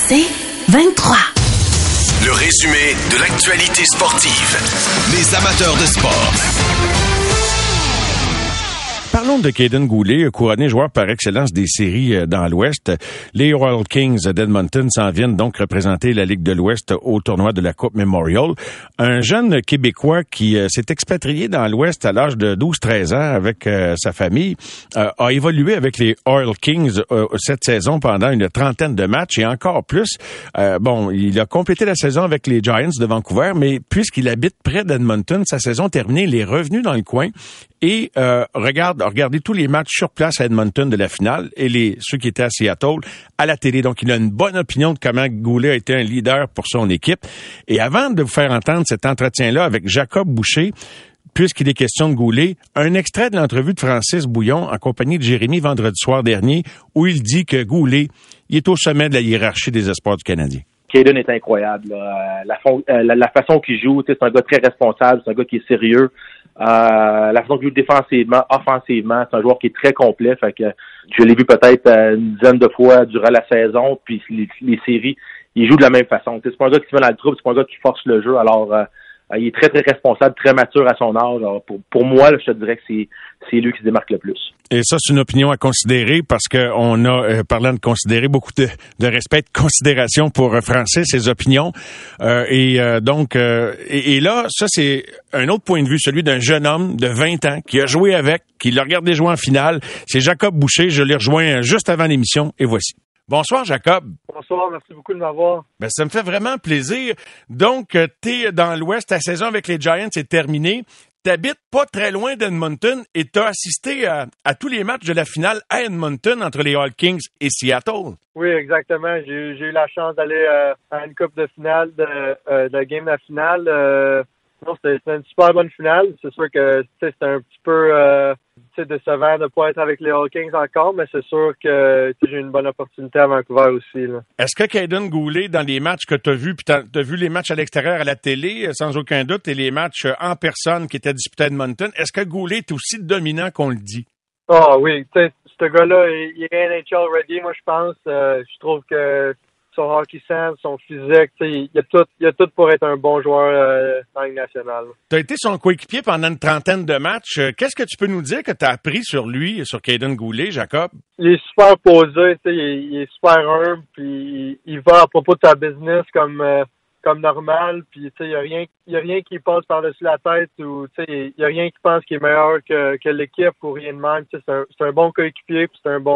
C'est 23. Le résumé de l'actualité sportive. Les amateurs de sport. Parlons de Caden Goulet, couronné joueur par excellence des séries dans l'Ouest. Les Royal Kings d'Edmonton s'en viennent donc représenter la Ligue de l'Ouest au tournoi de la Coupe Memorial. Un jeune Québécois qui s'est expatrié dans l'Ouest à l'âge de 12-13 ans avec sa famille a évolué avec les Royal Kings cette saison pendant une trentaine de matchs et encore plus. Il a complété la saison avec les Giants de Vancouver, mais puisqu'il habite près d'Edmonton, sa saison terminée, il est revenu dans le coin et regardez tous les matchs sur place à Edmonton de la finale et ceux qui étaient à Seattle à la télé. Donc, il a une bonne opinion de comment Goulet a été un leader pour son équipe. Et avant de vous faire entendre cet entretien-là avec Jacob Boucher, puisqu'il est question de Goulet, un extrait de l'entrevue de Francis Bouillon en compagnie de Jérémy vendredi soir dernier où il dit que Goulet, il est au sommet de la hiérarchie des espoirs du Canadien. Caden est incroyable. La façon qu'il joue, c'est un gars très responsable, c'est un gars qui est sérieux. La façon qu'il joue défensivement, offensivement, c'est un joueur qui est très complet. Fait que je l'ai vu peut-être une dizaine de fois durant la saison, puis les séries, il joue de la même façon. C'est pas un gars qui se met dans le trouble, c'est pas un gars qui force le jeu. Alors, il est très, très responsable, très mature à son âge. Alors, pour moi, là, je te dirais que c'est lui qui se démarque le plus. Et ça, c'est une opinion à considérer parce qu'on a, parlant de considérer, beaucoup de respect, de considération pour Francis, ses opinions. Et là, ça, c'est un autre point de vue, celui d'un jeune homme de 20 ans qui a joué avec, qui l'a regardé jouer en finale. C'est Jacob Boucher. Je l'ai rejoint juste avant l'émission et voici. Bonsoir, Jacob. Bonsoir, merci beaucoup de m'avoir. Ben, ça me fait vraiment plaisir. Donc, t'es dans l'Ouest, ta saison avec les Giants est terminée. T'habites pas très loin d'Edmonton et t'as assisté à tous les matchs de la finale à Edmonton entre les Royal Kings et Seattle. Oui, exactement. J'ai eu la chance d'aller à une coupe de finale, de game de la finale. Non, c'était une super bonne finale. C'est sûr que c'était un petit peu décevant de ne pas être avec les Royal Kings encore, mais c'est sûr que j'ai eu une bonne opportunité à Vancouver aussi. Là. Est-ce que Caden Goulet, dans les matchs que tu as vus, puis t'as vu les matchs à l'extérieur à la télé, sans aucun doute, et les matchs en personne qui étaient disputés à Edmonton, est-ce que Goulet est aussi dominant qu'on le dit? Ah oui, tu sais, ce gars-là, il est NHL ready, moi je pense. Je trouve que son hockey sense, son physique, il y a tout pour être un bon joueur dans la Ligue nationale. Tu as été son coéquipier pendant une trentaine de matchs. Qu'est-ce que tu peux nous dire que tu as appris sur lui, sur Caden Goulet, Jacob? Il est super posé, il est super humble, puis il va à propos de sa business comme normal, puis il y a rien qui passe par-dessus la tête ou il y a rien qui pense qu'il est meilleur que l'équipe ou rien de même. C'est un bon coéquipier, puis c'est un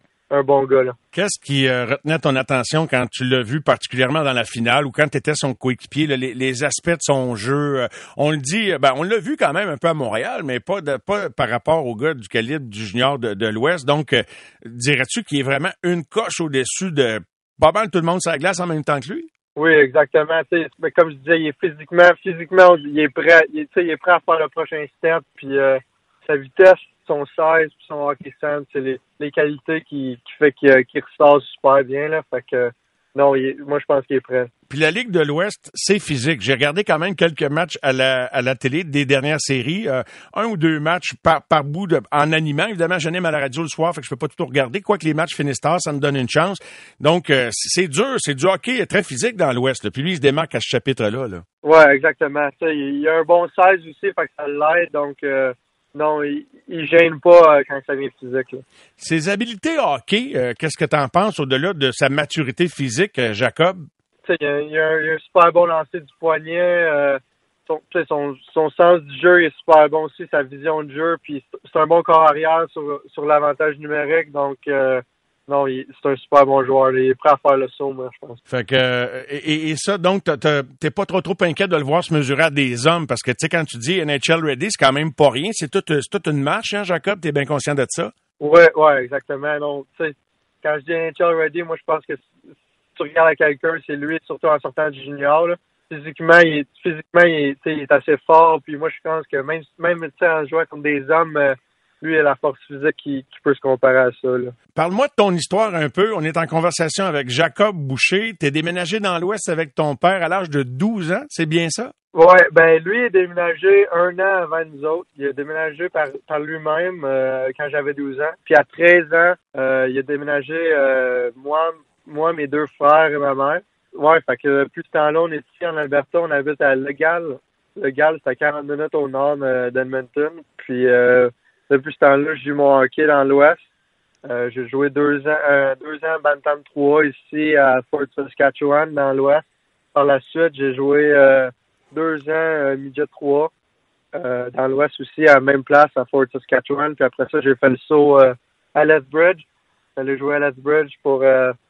bon gars, là. Qu'est-ce qui retenait ton attention quand tu l'as vu, particulièrement dans la finale ou quand tu étais son coéquipier, là, les aspects de son jeu? On le dit, on l'a vu quand même un peu à Montréal, mais pas par rapport aux gars du calibre du junior de l'Ouest. Donc, dirais-tu qu'il est vraiment une coche au-dessus de pas mal tout le monde sur la glace en même temps que lui? Oui, exactement. Mais comme je disais, il est physiquement, il est prêt. Il est prêt à faire le prochain step. Puis sa vitesse, son size, puis son hockey sense, c'est les qualités qui fait qu'il ressort super bien là. Fait que non, moi je pense qu'il est prêt. Puis la Ligue de l'Ouest, c'est physique. J'ai regardé quand même quelques matchs à la télé des dernières séries, un ou deux matchs par bout en animant. Évidemment, j'anime à la radio le soir, fait que je peux pas tout regarder. Quoique les matchs finissent tard, ça me donne une chance. Donc c'est dur, c'est du hockey très physique dans l'Ouest. Là. Puis lui, il se démarque à ce chapitre-là. Là. Ouais, exactement. Il a un bon size aussi, fait que ça l'aide. Donc non, il gêne pas quand ça vient physique. Là. Ses habiletés hockey, qu'est-ce que tu en penses au-delà de sa maturité physique, Jacob? Il a un super bon lancer du poignet. Son sens du jeu est super bon aussi, sa vision de jeu. Puis c'est un bon corps arrière sur l'avantage numérique. Donc, non, c'est un super bon joueur. Il est prêt à faire le saut, moi, je pense. Fait que et ça, donc, t'es pas trop inquiet de le voir se mesurer à des hommes parce que, tu sais, quand tu dis NHL ready, c'est quand même pas rien. C'est toute une marche, hein, Jacob? T'es bien conscient de ça? Ouais, exactement. Donc, tu sais, quand je dis NHL ready, moi, je pense que si tu regardes à quelqu'un, c'est lui, surtout en sortant du junior, là. Physiquement, il est assez fort. Puis moi, je pense que même en jouant comme des hommes, lui, il a la force physique qui peut se comparer à ça. Là. Parle-moi de ton histoire un peu. On est en conversation avec Jacob Boucher. T'es déménagé dans l'Ouest avec ton père à l'âge de 12 ans, c'est bien ça? Ouais, lui, il a déménagé un an avant nous autres. Il a déménagé par lui-même quand j'avais 12 ans. Puis à 13 ans, il a déménagé, moi, moi, mes 2 frères et ma mère. Ouais, fait que depuis ce temps-là, on est ici en Alberta, on habite à Legal. Legal, c'est à 40 minutes au nord d'Edmonton. Puis depuis ce temps-là, je joue mon hockey dans l'Ouest. J'ai joué 2 ans Bantam 3 ici à Fort Saskatchewan dans l'Ouest. Par la suite, j'ai joué 2 ans Midget 3 dans l'Ouest aussi, à la même place à Fort Saskatchewan. Puis après ça, j'ai fait le saut à Lethbridge. J'allais jouer à Lethbridge pour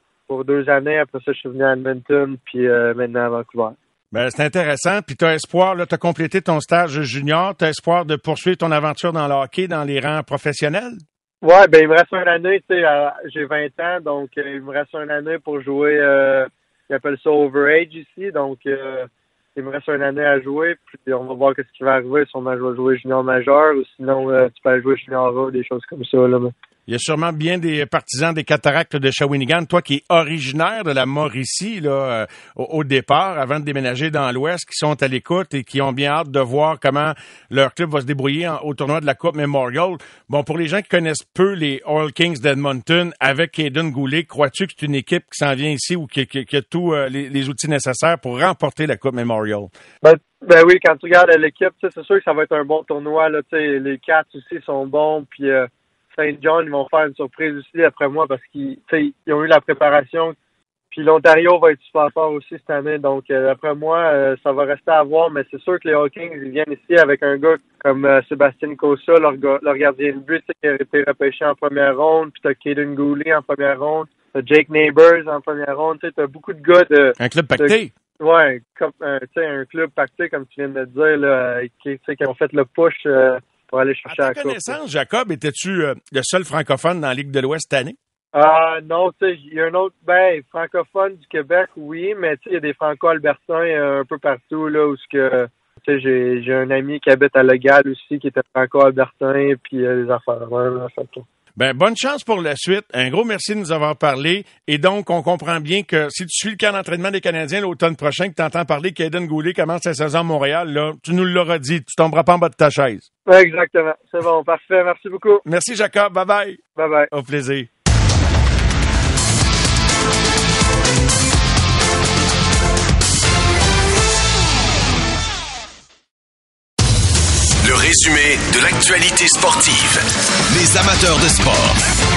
2 années. Après ça, je suis venu à Edmonton, puis maintenant à Vancouver. Ben, c'est intéressant. Puis t'as espoir, là, t'as complété ton stage junior. T'as espoir de poursuivre ton aventure dans le hockey dans les rangs professionnels? Ouais, ben il me reste 1 année, tu sais, j'ai 20 ans, donc il me reste 1 année pour jouer, ils appellent ça overage ici, donc il me reste 1 année à jouer, puis on va voir ce qui va arriver, si on va jouer junior majeur, ou sinon tu peux aller jouer junior A, des choses comme ça, là. Il y a sûrement bien des partisans des Cataractes de Shawinigan. Toi qui es originaire de la Mauricie là, au départ, avant de déménager dans l'Ouest, qui sont à l'écoute et qui ont bien hâte de voir comment leur club va se débrouiller au tournoi de la Coupe Memorial. Bon, pour les gens qui connaissent peu les Oil Kings d'Edmonton, avec Caden Goulet, crois-tu que c'est une équipe qui s'en vient ici ou qui a tous les outils nécessaires pour remporter la Coupe Memorial? Ben oui, quand tu regardes l'équipe, c'est sûr que ça va être un bon tournoi. Là, les Cats aussi sont bons, puis Saint John, ils vont faire une surprise aussi, après moi, parce qu'ils ont eu la préparation. Puis l'Ontario va être super fort aussi cette année. Donc, après moi, ça va rester à voir. Mais c'est sûr que les Hawkins, ils viennent ici avec un gars comme Sébastien Cossa, leur gardien de but, qui a été repêché en première ronde. Puis t'as Caden Goulet en première ronde. T'as Jake Neighbors en première ronde. T'as beaucoup de gars de... Un club pacté? Ouais, un club pacté, comme tu viens de le dire, là, qui ont fait le push... pour aller chercher à ta connaissance, Jacob, étais-tu le seul francophone dans la Ligue de l'Ouest cette année? Non, tu sais, il y a un autre, francophone du Québec, oui, mais tu sais, il y a des franco-albertains un peu partout, là, où tu sais, j'ai un ami qui habite à Legal aussi, qui était franco-albertain, puis les affaires, là, ça tout. Ben, bonne chance pour la suite. Un gros merci de nous avoir parlé. Et donc, on comprend bien que si tu suis le camp d'entraînement des Canadiens l'automne prochain, que tu entends parler qu'Aiden Goulet commence sa saison à Montréal, là, tu nous l'auras dit. Tu tomberas pas en bas de ta chaise. Ouais, exactement. C'est bon. Parfait. Merci beaucoup. Merci, Jacob. Bye-bye. Bye-bye. Au plaisir. Le résumé de l'actualité sportive. Les amateurs de sport.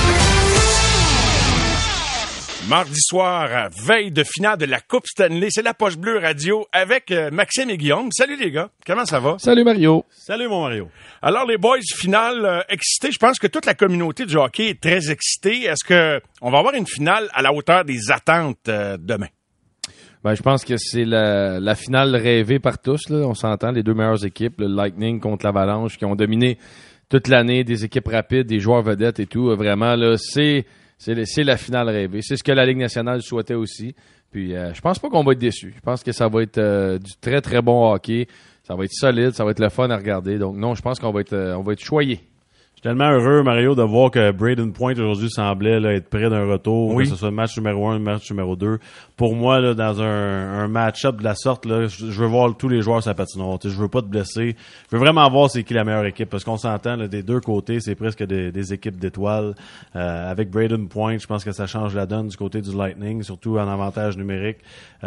Mardi soir, veille de finale de la Coupe Stanley, c'est la Poche Bleue Radio avec Maxime et Guillaume. Salut les gars, comment ça va? Salut Mario. Salut mon Mario. Alors les boys, finale excités. Je pense que toute la communauté du hockey est très excitée. Est-ce que on va avoir une finale à la hauteur des attentes demain? Ben, je pense que c'est la finale rêvée par tous, là. On s'entend, les 2 meilleures équipes, le Lightning contre l'Avalanche, qui ont dominé toute l'année, des équipes rapides, des joueurs vedettes et tout. Vraiment, là, c'est la finale rêvée. C'est ce que la Ligue nationale souhaitait aussi. Puis, je pense pas qu'on va être déçus. Je pense que ça va être du très, très bon hockey. Ça va être solide, ça va être le fun à regarder. Donc, non, je pense qu'on va être choyés. Je suis tellement heureux, Mario, de voir que Brayden Point aujourd'hui semblait là, être près d'un retour, oui. Que ce soit le match numéro 1, le match numéro 2. Pour moi, là, dans un match-up de la sorte, là, je veux voir tous les joueurs sur la patinoire. Je veux pas te blesser. Je veux vraiment voir c'est qui la meilleure équipe, parce qu'on s'entend là, des deux côtés, c'est presque des équipes d'étoiles. Avec Brayden Point, je pense que ça change la donne du côté du Lightning, surtout en avantage numérique.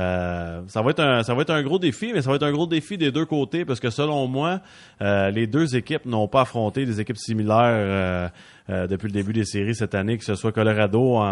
Ça va être un gros défi, mais ça va être un gros défi des deux côtés, parce que selon moi, les deux équipes n'ont pas affronté des équipes similaires depuis le début des séries cette année, que ce soit Colorado, on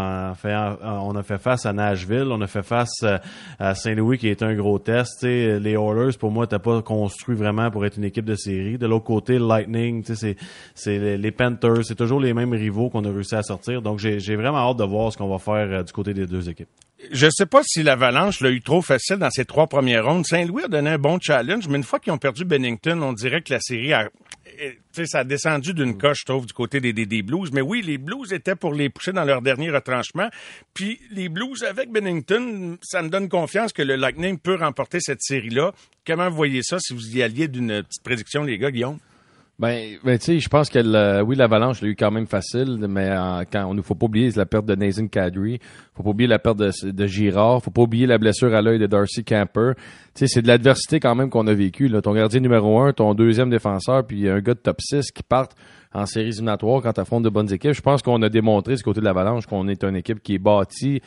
a fait face à Nashville, on a fait face à Saint-Louis qui est un gros test. T'sais, les Oilers, pour moi, t'as pas construit vraiment pour être une équipe de série. De l'autre côté, le Lightning, c'est les Panthers, c'est toujours les mêmes rivaux qu'on a réussi à sortir. Donc j'ai vraiment hâte de voir ce qu'on va faire du côté des deux équipes. Je sais pas si l'Avalanche l'a eu trop facile dans ses 3 premières rondes. Saint-Louis a donné un bon challenge, mais une fois qu'ils ont perdu Bennington, on dirait que la série ça a descendu d'une coche, je trouve, du côté des Blues. Mais oui, les Blues étaient pour les pousser dans leur dernier retranchement. Puis les Blues, avec Bennington, ça me donne confiance que le Lightning peut remporter cette série-là. Comment vous voyez ça si vous y alliez d'une petite prédiction, les gars, Guillaume? Ben tu sais, je pense que l'Avalanche l'a eu quand même facile, mais quand faut pas oublier la perte de Nathan Kadri, faut pas oublier la perte de Girard, faut pas oublier la blessure à l'œil de Darcy Camper. Tu sais, c'est de l'adversité quand même qu'on a vécu, là. Ton gardien numéro 1, ton deuxième défenseur, puis un gars de top 6 qui partent en séries éliminatoires quand t'affrontes de bonnes équipes. Je pense qu'on a démontré, du côté de l'Avalanche, qu'on est une équipe qui est bâtie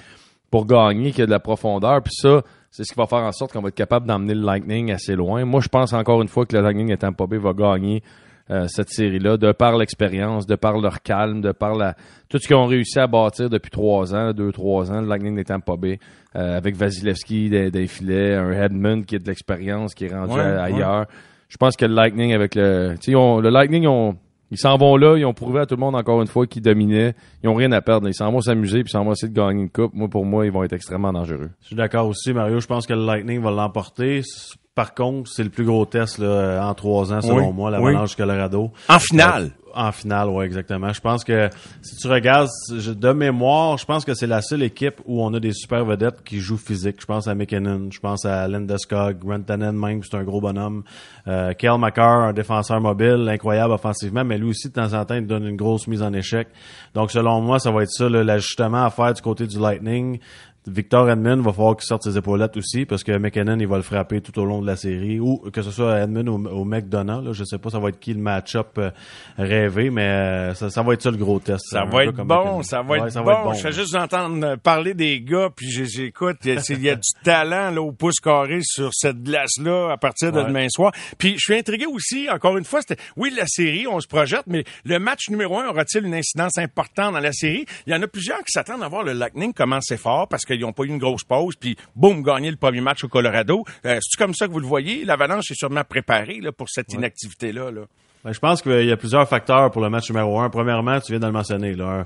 pour gagner, qu'il y a de la profondeur. Puis ça, c'est ce qui va faire en sorte qu'on va être capable d'emmener le Lightning assez loin. Moi, je pense encore une fois que le Lightning de Tampa Bay va gagner cette série-là, de par l'expérience, de par leur calme, de par tout ce qu'ils ont réussi à bâtir depuis 2-3 ans, le Lightning de Tampa Bay, avec Vasilevski des filets, un Hedman qui a de l'expérience, qui est rendu ailleurs. Je pense que le Lightning avec le Lightning, ils s'en vont là, ils ont prouvé à tout le monde encore une fois qu'ils dominaient. Ils ont rien à perdre. Ils s'en vont s'amuser puis ils s'en vont essayer de gagner une coupe. Pour moi, ils vont être extrêmement dangereux. Je suis d'accord aussi, Mario. Je pense que le Lightning va l'emporter. Par contre, c'est le plus gros test là, en 3 ans, selon moi, l'Avalanche Colorado. En finale. En finale, oui, exactement. Je pense que si tu regardes de mémoire, je pense que c'est la seule équipe où on a des super vedettes qui jouent physique. Je pense à McKinnon, je pense à Landeskog, Rantanen même, c'est un gros bonhomme. Cale Makar, un défenseur mobile, incroyable offensivement, mais lui aussi, de temps en temps, il donne une grosse mise en échec. Donc, selon moi, ça va être ça, l'ajustement à faire du côté du Lightning. Victor Hedman va falloir qu'il sorte ses épaulettes aussi parce que McKinnon il va le frapper tout au long de la série ou que ce soit Hedman ou McDonough là, je sais pas ça va être qui le match-up rêvé mais ça va être ça le gros test. Ça va être bon, ça va être bon. Je fais juste entendre parler des gars puis j'écoute, il y a du talent là au pouce carré sur cette glace là à partir de demain soir. Puis je suis intrigué aussi encore une fois, oui la série, on se projette mais le match numéro 1 aura-t-il une incidence importante dans la série? Il y en a plusieurs qui s'attendent à voir le Lightning commencer fort parce qu'ils n'ont pas eu une grosse pause, puis boum, gagner le premier match au Colorado. C'est-tu comme ça que vous le voyez? L'Avalanche est sûrement préparée là, pour cette inactivité-là. Là. Ben, je pense qu'il y a plusieurs facteurs pour le match numéro 1. Premièrement, tu viens de le mentionner, là,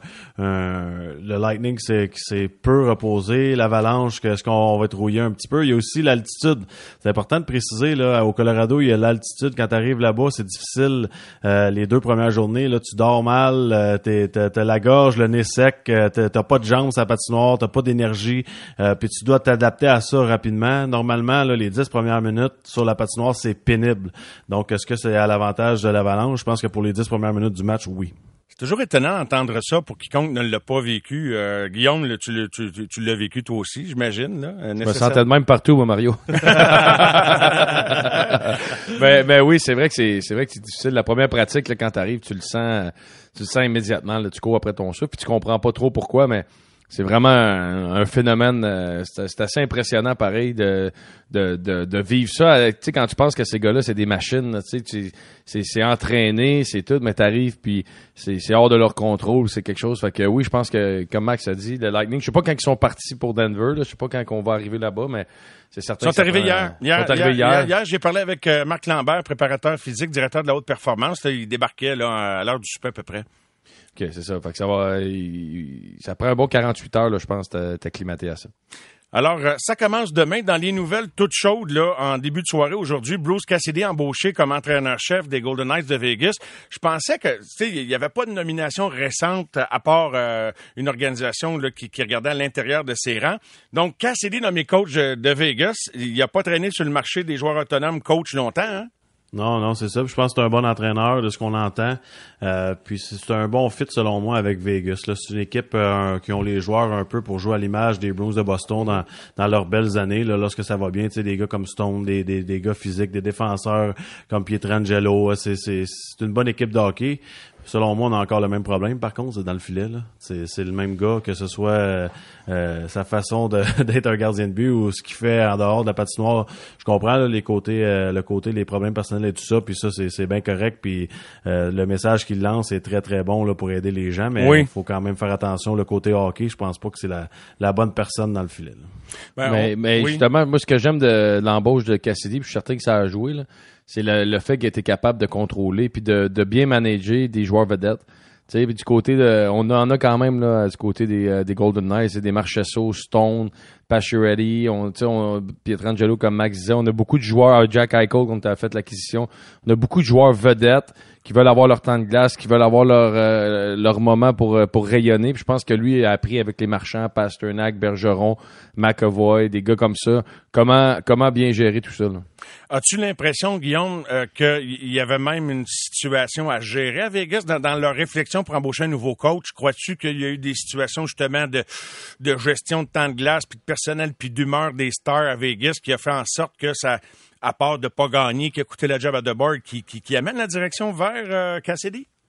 le Lightning qui s'est peu reposé, l'Avalanche, est-ce qu'on va être rouillé un petit peu. Il y a aussi l'altitude. C'est important de préciser, là, au Colorado, il y a l'altitude. Quand tu arrives là-bas, c'est difficile. Les 2 premières journées, là, tu dors mal, t'as la gorge, le nez sec, t'as pas de jambes à la patinoire, t'as pas d'énergie, puis tu dois t'adapter à ça rapidement. Normalement, là, les 10 premières minutes sur la patinoire, c'est pénible. Donc, est-ce que c'est à l'avantage de l'Avalanche? Je pense que pour les 10 premières minutes du match, oui. C'est toujours étonnant d'entendre ça pour quiconque ne l'a pas vécu. Guillaume, là, tu l'as vécu toi aussi, j'imagine. Là, je me sentais de même partout, moi, Mario. ben oui, c'est vrai que c'est difficile. La première pratique, là, quand t'arrives, tu le sens immédiatement. Là, tu cours après ton souffle, puis tu comprends pas trop pourquoi, mais c'est vraiment un phénomène. C'est assez impressionnant, pareil, de vivre ça. Tu sais, quand tu penses que ces gars-là, c'est des machines, tu sais, c'est entraîné, c'est tout, mais t'arrives puis c'est hors de leur contrôle, c'est quelque chose. Fait que oui, je pense que, comme Max a dit, le Lightning, je sais pas quand ils sont partis pour Denver, là, je sais pas quand on va arriver là-bas, mais c'est certain. Ils sont arrivés hier. Hier, j'ai parlé avec Marc Lambert, préparateur physique, directeur de la haute performance. Là, il débarquait là, à l'heure du souper à peu près. OK, c'est ça. Fait que ça prend un bon 48 heures, là, je pense, t'acclimater à ça. Alors, ça commence demain dans les nouvelles toutes chaudes, là, en début de soirée aujourd'hui. Bruce Cassidy embauché comme entraîneur-chef des Golden Knights de Vegas. Je pensais que, tu sais, il n'y avait pas de nomination récente à part une organisation là, qui regardait à l'intérieur de ses rangs. Donc, Cassidy nommé coach de Vegas, il n'a pas traîné sur le marché des joueurs autonomes coach longtemps, hein? Non, c'est ça. Puis je pense que c'est un bon entraîneur de ce qu'on entend. Puis c'est un bon fit selon moi avec Vegas. Là, c'est une équipe qui ont les joueurs un peu pour jouer à l'image des Bruins de Boston dans leurs belles années. Là, lorsque ça va bien, tu sais, des gars comme Stone, des gars physiques, des défenseurs comme Pietrangelo. C'est une bonne équipe de hockey. Selon moi, on a encore le même problème. Par contre, c'est dans le filet. Là. C'est le même gars, que ce soit sa façon d'être un gardien de but ou ce qu'il fait en dehors de la patinoire. Je comprends là, les problèmes personnels et tout ça. Puis ça, c'est bien correct. Puis le message qu'il lance est très très bon là pour aider les gens. Mais il faut quand même faire attention. Le côté hockey, je pense pas que c'est la bonne personne dans le filet. Là. Mais justement, moi, ce que j'aime de l'embauche de Cassidy, puis je suis certain que ça a joué là. C'est le fait qu'il a été capable de contrôler puis de bien manager des joueurs vedettes. Tu sais, du côté on en a quand même là du côté des Golden Knights, c'est des Marchessault, Stone, Pacioretty, Pietrangelo comme Max disait, on a beaucoup de joueurs, Jack Eichel quand on a fait l'acquisition, on a beaucoup de joueurs vedettes qui veulent avoir leur temps de glace, qui veulent avoir leur moment pour rayonner. Puis je pense que lui a appris avec les marchands, Pasternak, Bergeron, McAvoy, des gars comme ça, comment bien gérer tout ça. Là. As-tu l'impression, Guillaume, qu'il y avait même une situation à gérer à Vegas dans leur réflexion pour embaucher un nouveau coach? Crois-tu qu'il y a eu des situations justement de gestion de temps de glace, puis de personnel, puis d'humeur des stars à Vegas qui a fait en sorte que ça, à part de pas gagner, qui a coûté la job à DeBoer, qui amène la direction vers Cassidy?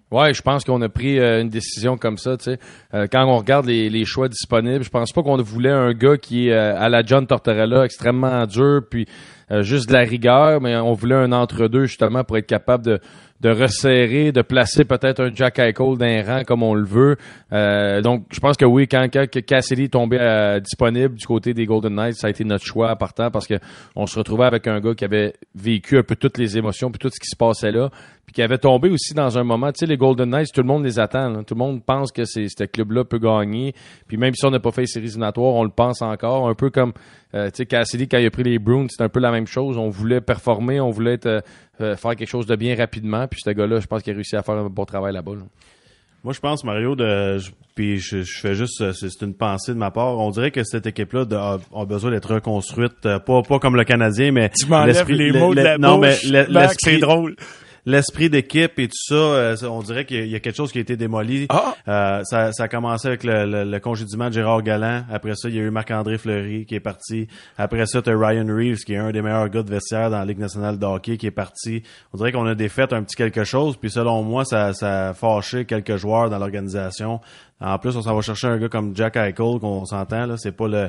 Ouais, je pense qu'on a pris une décision comme ça, tu sais. Quand on regarde les choix disponibles, je pense pas qu'on voulait un gars qui est à la John Tortorella, extrêmement dur, puis juste de la rigueur, mais on voulait un entre-deux justement pour être capable de resserrer, de placer peut-être un Jack Eichel d'un rang comme on le veut. Donc, je pense que oui, quand Cassidy est tombé disponible du côté des Golden Knights, ça a été notre choix à partant parce que on se retrouvait avec un gars qui avait vécu un peu toutes les émotions puis tout ce qui se passait là, puis qui avait tombé aussi dans un moment. Tu sais, les Golden Knights, tout le monde les attend. Là. Tout le monde pense que ce club-là peut gagner. Puis même si on n'a pas fait les séries éliminatoires, on le pense encore. Un peu comme tu sais, Cassidy, quand il a pris les Bruins, c'est un peu la même chose. On voulait performer, on voulait faire quelque chose de bien rapidement. Puis ce gars-là, je pense qu'il a réussi à faire un bon travail là-bas. Là. Moi, je pense, Mario, puis je fais juste, c'est une pensée de ma part. On dirait que cette équipe-là a besoin d'être reconstruite, pas comme le Canadien, mais tu m'enlèves les mots de la bouche. L'esprit, c'est drôle. L'esprit d'équipe et tout ça, on dirait qu'il y a quelque chose qui a été démoli. Ça a commencé avec le congédiement de Gérard Galland. Après ça, il y a eu Marc-André Fleury qui est parti. Après ça, tu as Ryan Reeves, qui est un des meilleurs gars de vestiaire dans la Ligue nationale de hockey, qui est parti. On dirait qu'on a défait un petit quelque chose. Puis selon moi, ça a fâché quelques joueurs dans l'organisation. En plus, on s'en va chercher un gars comme Jack Eichel, qu'on s'entend, là.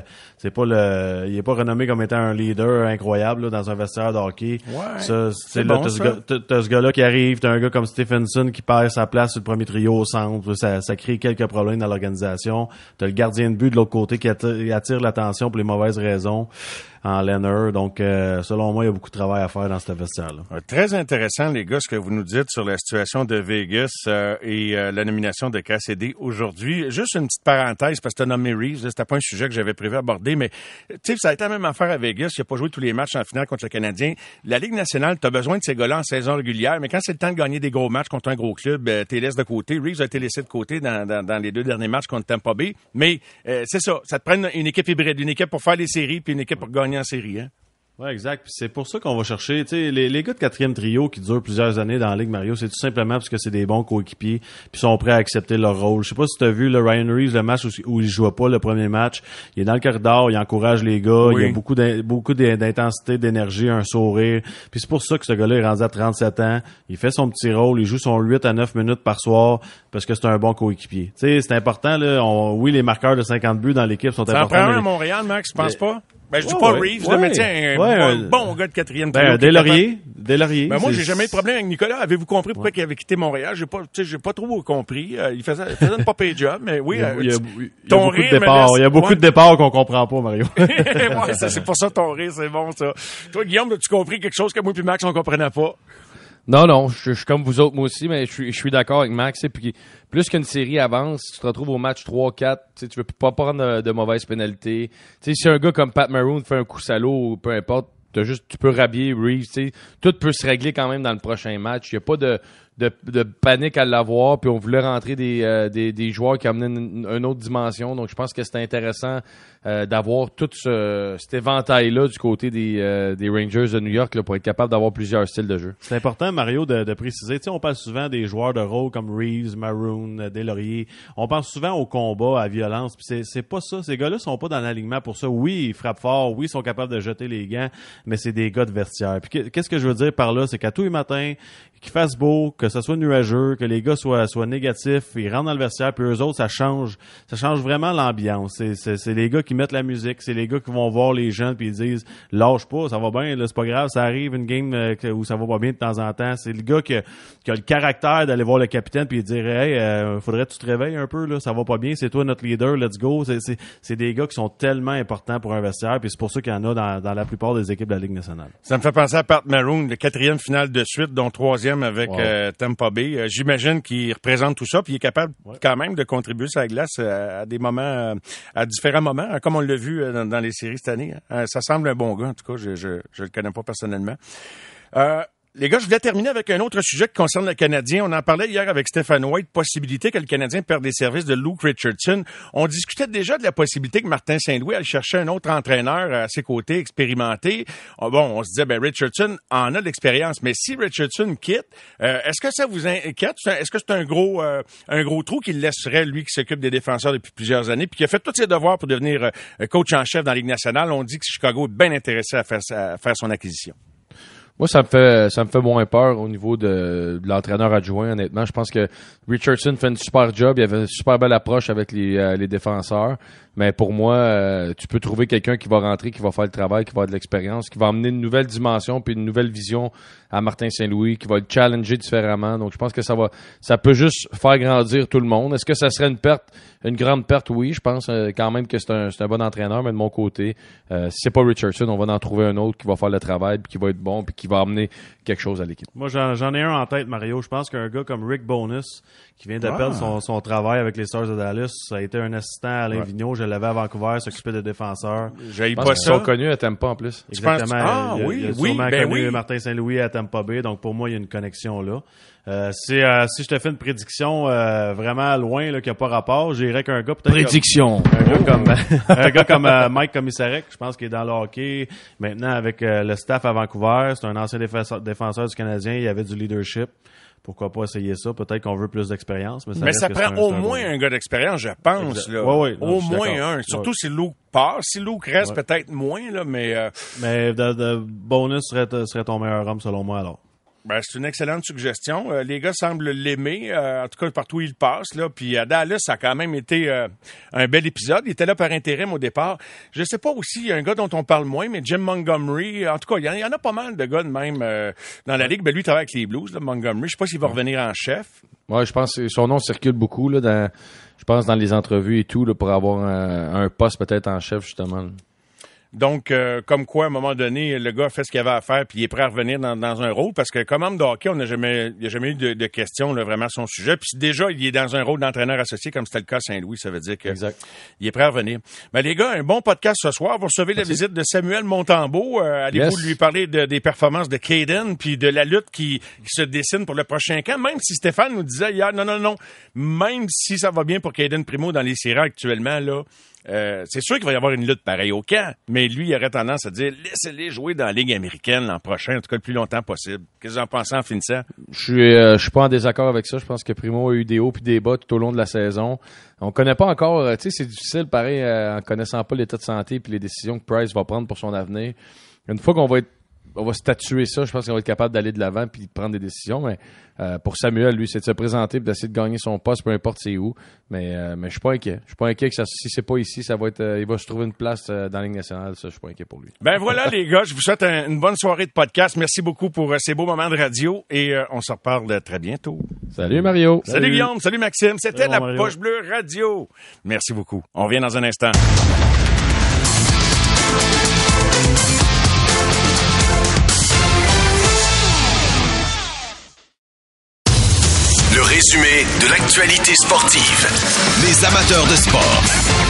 Il est pas renommé comme étant un leader incroyable, là, dans un vestiaire de hockey. Ouais. C'est bon, t'as ce gars-là qui arrive, t'as un gars comme Stephenson qui perd sa place sur le premier trio au centre. Ça crée quelques problèmes dans l'organisation. T'as le gardien de but de l'autre côté qui attire l'attention pour les mauvaises raisons en Leonard. Donc, selon moi, il y a beaucoup de travail à faire dans ce vestiaire-là. Très intéressant, les gars, ce que vous nous dites sur la situation de Vegas et la nomination de Cassidy aujourd'hui. Juste une petite parenthèse, parce que tu as nommé Reeves, c'était pas un sujet que j'avais prévu aborder, mais tu sais, ça a été la même affaire à Vegas. Il n'a pas joué tous les matchs en finale contre le Canadien. La Ligue nationale, tu as besoin de ces gars-là en saison régulière, mais quand c'est le temps de gagner des gros matchs contre un gros club, tu les laisses de côté. Reeves a été laissé de côté dans les 2 derniers matchs contre Tampa Bay. Mais c'est ça te prend une équipe hybride, une équipe pour faire les séries, puis une équipe pour gagner en série, hein? Ouais, exact. Puis c'est pour ça qu'on va chercher, tu sais, les gars de 4e trio qui durent plusieurs années dans la Ligue, Mario, c'est tout simplement parce que c'est des bons coéquipiers puis sont prêts à accepter leur rôle. Je sais pas si tu as vu le Ryan Reeves, le match où il jouait pas le premier match. Il est dans le corridor, il encourage les gars, oui. Il y a beaucoup d'intensité, d'énergie, un sourire. Puis c'est pour ça que ce gars-là est rendu à 37 ans. Il fait son petit rôle, il joue son 8 à 9 minutes par soir parce que c'est un bon coéquipier. Tu sais, c'est important, là. Oui, les marqueurs de 50 buts dans l'équipe sont importants. Ça en prend un à Montréal, Max, tu penses pas? Ben, je dis pas Reeves, mais tiens, un bon gars de 4e trio. Deslauriers. Ben, moi, j'ai jamais eu de problème avec Nicolas. Avez-vous compris pourquoi il avait quitté Montréal? J'ai pas trop compris. Il faisait une pas pay job, mais oui. Il y a beaucoup de départs qu'on comprend pas, Mario. Ouais, c'est pour ça ton rire, c'est bon, ça. Toi, Guillaume, as-tu compris quelque chose que moi et Max, on comprenait pas? Non, je suis comme vous autres, moi aussi, mais je suis d'accord avec Max. Et puis, plus qu'une série avance, tu te retrouves au match 3-4, tu veux pas prendre de mauvaises pénalités. T'sais, si un gars comme Pat Maroon fait un coup salaud ou peu importe, tu peux rhabiller Reeves. Tout peut se régler quand même dans le prochain match. Il n'y a pas de panique à l'avoir. Puis on voulait rentrer des joueurs qui amenaient une autre dimension. Donc je pense que c'était intéressant d'avoir tout cet éventail-là du côté des Rangers de New York là, pour être capable d'avoir plusieurs styles de jeu. C'est important, Mario, de préciser. Tu sais, on parle souvent des joueurs de rôle comme Reeves, Maroon, Deslauriers. On pense souvent au combat, à la violence. Puis c'est pas ça. Ces gars-là sont pas dans l'alignement pour ça. Oui, ils frappent fort. Oui, ils sont capables de jeter les gants. Mais c'est des gars de vestiaire. Puis qu'est-ce que je veux dire par là? C'est qu'à tous les matins, qu'il fasse beau, que ça soit nuageux, que les gars soient négatifs, ils rentrent dans le vestiaire, puis eux autres, ça change vraiment l'ambiance. C'est les gars qui mettent la musique, c'est les gars qui vont voir les jeunes puis ils disent lâche pas, ça va bien, là, c'est pas grave, ça arrive une game où ça va pas bien de temps en temps. C'est le gars qui a le caractère d'aller voir le capitaine puis dire hey, faudrait que tu te réveilles un peu là, ça va pas bien, c'est toi notre leader, let's go. C'est des gars qui sont tellement importants pour un vestiaire, puis c'est pour ça qu'il y en a dans la plupart des équipes de la Ligue nationale. Ça me fait penser à Pat Maroon, le 4e finale de suite, dont 3e avec Tampa Bay. J'imagine qu'il représente tout ça, puis il est capable quand même de contribuer sur la glace à des moments, à différents moments, comme on l'a vu dans les séries cette année. Ça semble un bon gars, en tout cas, je le connais pas personnellement. Les gars, je voulais terminer avec un autre sujet qui concerne le Canadien. On en parlait hier avec Stéphane White, possibilité que le Canadien perde les services de Luke Richardson. On discutait déjà de la possibilité que Martin Saint-Louis allait chercher un autre entraîneur à ses côtés, expérimenté. On se disait, Richardson en a de l'expérience, mais si Richardson quitte, est-ce que ça vous inquiète? Est-ce que c'est un gros trou qu'il laisserait, lui, qui s'occupe des défenseurs depuis plusieurs années, puis qui a fait tous ses devoirs pour devenir coach en chef dans la Ligue nationale? On dit que Chicago est bien intéressé à faire son acquisition. Moi, ça me fait moins peur au niveau de l'entraîneur adjoint, honnêtement. Je pense que Richardson fait une super job. Il avait une super belle approche avec les défenseurs. Mais pour moi, tu peux trouver quelqu'un qui va rentrer, qui va faire le travail, qui va avoir de l'expérience, qui va amener une nouvelle dimension puis une nouvelle vision à Martin Saint-Louis, qui va le challenger différemment. Donc, je pense que ça peut juste faire grandir tout le monde. Est-ce que ça serait une grande perte? Oui, je pense quand même que c'est un bon entraîneur, mais de mon côté, si c'est pas Richardson, on va en trouver un autre qui va faire le travail puis qui va être bon puis qui va amener quelque chose à l'équipe. Moi, j'en ai un en tête, Mario. Je pense qu'un gars comme Rick Bonus, qui vient de perdre son travail avec les Stars de Dallas, ça a été un assistant à Alain Vigneault. Je l'avais à Vancouver, s'occupait de défenseurs. Je pense qu'ils sont connus à Tampa en plus. Exactement. Il a sûrement connu oui. Martin Saint-Louis à Tampa Bay. Donc, pour moi, il y a une connexion là. Si je te fais une prédiction vraiment loin, là, qui n'a pas rapport, j'irais qu'un gars peut-être... Prédiction! Un gars comme Mike Commissarek, je pense qu'il est dans le hockey. Maintenant, avec le staff à Vancouver, c'est un ancien défenseur du Canadien, il y avait du leadership. Pourquoi pas essayer ça? Peut-être qu'on veut plus d'expérience. Mais ça prend au moins un gars d'expérience, je pense. Là. Ouais, au moins un. Surtout si Luke part. Si Luke reste, peut-être moins, là, mais... Mais de Bonus serait ton meilleur homme, selon moi, alors. Ben, c'est une excellente suggestion. Les gars semblent l'aimer, en tout cas partout où il passe. Là. Puis à Dallas, ça a quand même été un bel épisode. Il était là par intérim au départ. Je sais pas aussi, il y a un gars dont on parle moins, mais Jim Montgomery. En tout cas, il y en a pas mal de gars de même dans la Ligue. Ben, lui, il travaille avec les Blues, là, Montgomery. Je sais pas s'il va revenir en chef. Ouais, je pense que son nom circule beaucoup là, dans les entrevues et tout là, pour avoir un poste peut-être en chef, justement. Donc, comme quoi, à un moment donné, le gars fait ce qu'il avait à faire puis il est prêt à revenir dans un rôle parce que comme homme de hockey, il n'y a jamais eu de questions là, vraiment à son sujet. Puis déjà, il est dans un rôle d'entraîneur associé comme c'était le cas à Saint-Louis. Ça veut dire qu'il est prêt à revenir. Ben, les gars, un bon podcast ce soir. Vous recevez la visite de Samuel Montembeault. Allez-vous lui parler des performances de Caden puis de la lutte qui se dessine pour le prochain camp? Même si Stéphane nous disait hier, non. Même si ça va bien pour Caden Primo dans les séries actuellement, là, c'est sûr qu'il va y avoir une lutte pareille au camp, mais lui, il aurait tendance à dire laissez-les jouer dans la Ligue américaine l'an prochain, en tout cas le plus longtemps possible. Qu'est-ce que vous en pensez en finissant? Je suis pas en désaccord avec ça. Je pense que Primo a eu des hauts puis des bas tout au long de la saison. On connaît pas encore, tu sais, c'est difficile, pareil, en connaissant pas l'état de santé puis les décisions que Price va prendre pour son avenir. Une fois qu'on va statuer ça, je pense qu'on va être capable d'aller de l'avant puis de prendre des décisions. Mais pour Samuel, lui, c'est de se présenter et d'essayer de gagner son poste, peu importe c'est où. Mais je suis pas inquiet. Je suis pas inquiet que si c'est pas ici, ça va être, il va se trouver une place dans la Ligue nationale. Ça, je suis pas inquiet pour lui. Ben voilà, les gars, je vous souhaite une bonne soirée de podcast. Merci beaucoup pour ces beaux moments de radio et on se reparle très bientôt. Salut Mario. Salut Guillaume. Salut Maxime. C'était la Mario. Poche Bleue Radio. Merci beaucoup. On revient dans un instant. Le résumé de l'actualité sportive. Les amateurs de sport.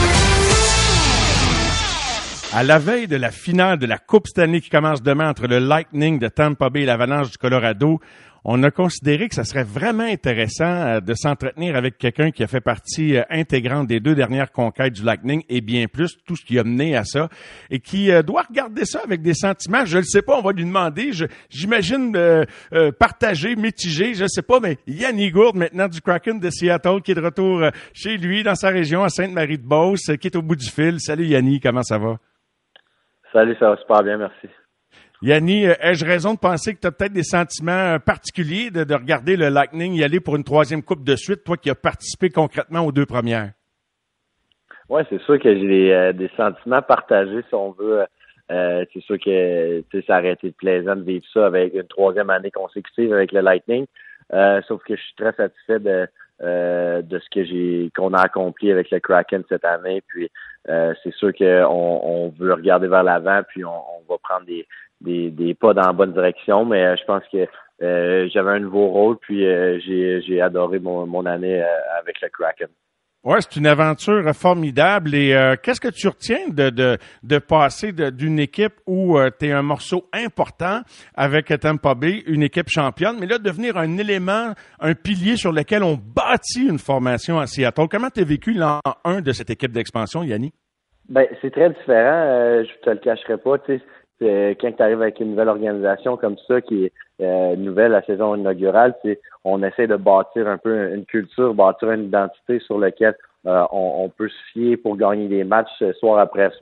À la veille de la finale de la Coupe Stanley qui commence demain entre le Lightning de Tampa Bay et l'Avalanche du Colorado, on a considéré que ça serait vraiment intéressant de s'entretenir avec quelqu'un qui a fait partie intégrante des 2 dernières conquêtes du Lightning et bien plus, tout ce qui a mené à ça, et qui doit regarder ça avec des sentiments, je ne sais pas, on va lui demander, j'imagine partagé, mitigé, je ne sais pas, mais Yanni Gourde, maintenant du Kraken de Seattle, qui est de retour chez lui, dans sa région, à Sainte-Marie-de-Beauce, qui est au bout du fil. Salut Yanni, comment ça va? Salut, ça va super bien, merci. Yanni, ai-je raison de penser que tu as peut-être des sentiments particuliers de regarder le Lightning y aller pour une 3e coupe de suite, toi qui as participé concrètement aux 2 premières? Oui, c'est sûr que j'ai des sentiments partagés, si on veut. C'est sûr que ça aurait été plaisant de vivre ça avec une 3e année consécutive avec le Lightning. Sauf que je suis très satisfait de ce qu'on a accompli avec le Kraken cette année. Puis c'est sûr qu'on veut regarder vers l'avant, puis on va prendre des pas dans la bonne direction, mais je pense que j'avais un nouveau rôle, puis j'ai adoré mon année avec le Kraken. Ouais, c'est une aventure formidable. Et qu'est-ce que tu retiens de passer d'une équipe où tu es un morceau important avec Tampa Bay, une équipe championne, mais là, devenir un élément, un pilier sur lequel on bâtit une formation à Seattle. Comment tu as vécu l'an 1 de cette équipe d'expansion, Yanni? Ben, c'est très différent. Je te le cacherai pas. Tu sais, quand tu arrives avec une nouvelle organisation comme ça, qui est nouvelle la saison inaugurale, on essaie de bâtir un peu une culture, bâtir une identité sur laquelle on peut se fier pour gagner des matchs soir après soir.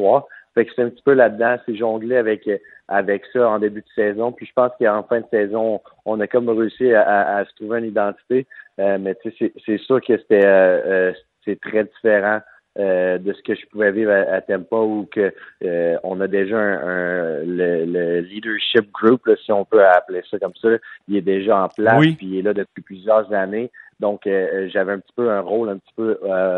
Fait que c'est un petit peu là-dedans, c'est jongler avec ça en début de saison. Puis je pense qu'en fin de saison, on a comme réussi à se trouver une identité. Mais tu sais, c'est sûr que c'est très différent de ce que je pouvais vivre à Tampa, où que on a déjà le leadership group, là, si on peut appeler ça comme ça. Il est déjà en place, oui. Puis il est là depuis plusieurs années. Donc j'avais un petit peu un rôle un petit peu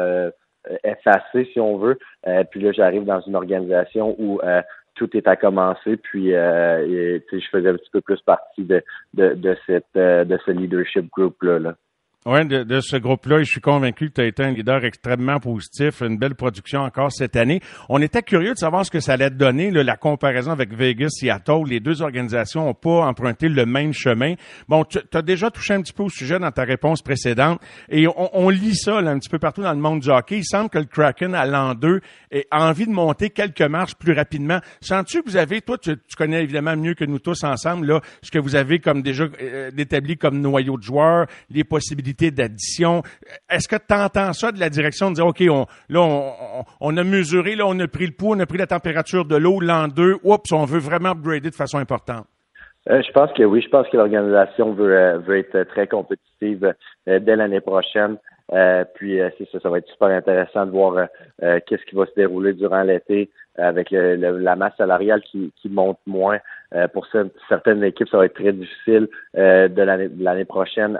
effacé, si on veut. Puis là, j'arrive dans une organisation où tout est à commencer, puis je faisais un petit peu plus partie de ce leadership group là. Oui, de ce groupe-là, et je suis convaincu que tu as été un leader extrêmement positif, une belle production encore cette année. On était curieux de savoir ce que ça allait donner, là, la comparaison avec Vegas, Seattle. Les deux organisations n'ont pas emprunté le même chemin. Bon, tu as déjà touché un petit peu au sujet dans ta réponse précédente, et on lit ça là, un petit peu partout dans le monde du hockey. Il semble que le Kraken, à l'an 2, a envie de monter quelques marches plus rapidement. Sens-tu que vous avez, toi, tu connais évidemment mieux que nous tous ensemble, là, ce que vous avez comme déjà établi comme noyau de joueurs, les possibilités d'addition. Est-ce que tu entends ça de la direction de dire, OK, on a mesuré, là, on a pris le pouls, on a pris la température de l'eau, l'an 2, oups, on veut vraiment upgrader de façon importante? Je pense que oui, je pense que l'organisation veut être très compétitive dès l'année prochaine. Puis c'est ça va être super intéressant de voir qu'est-ce qui va se dérouler durant l'été avec la masse salariale qui monte moins. Pour certaines équipes, ça va être très difficile de l'année prochaine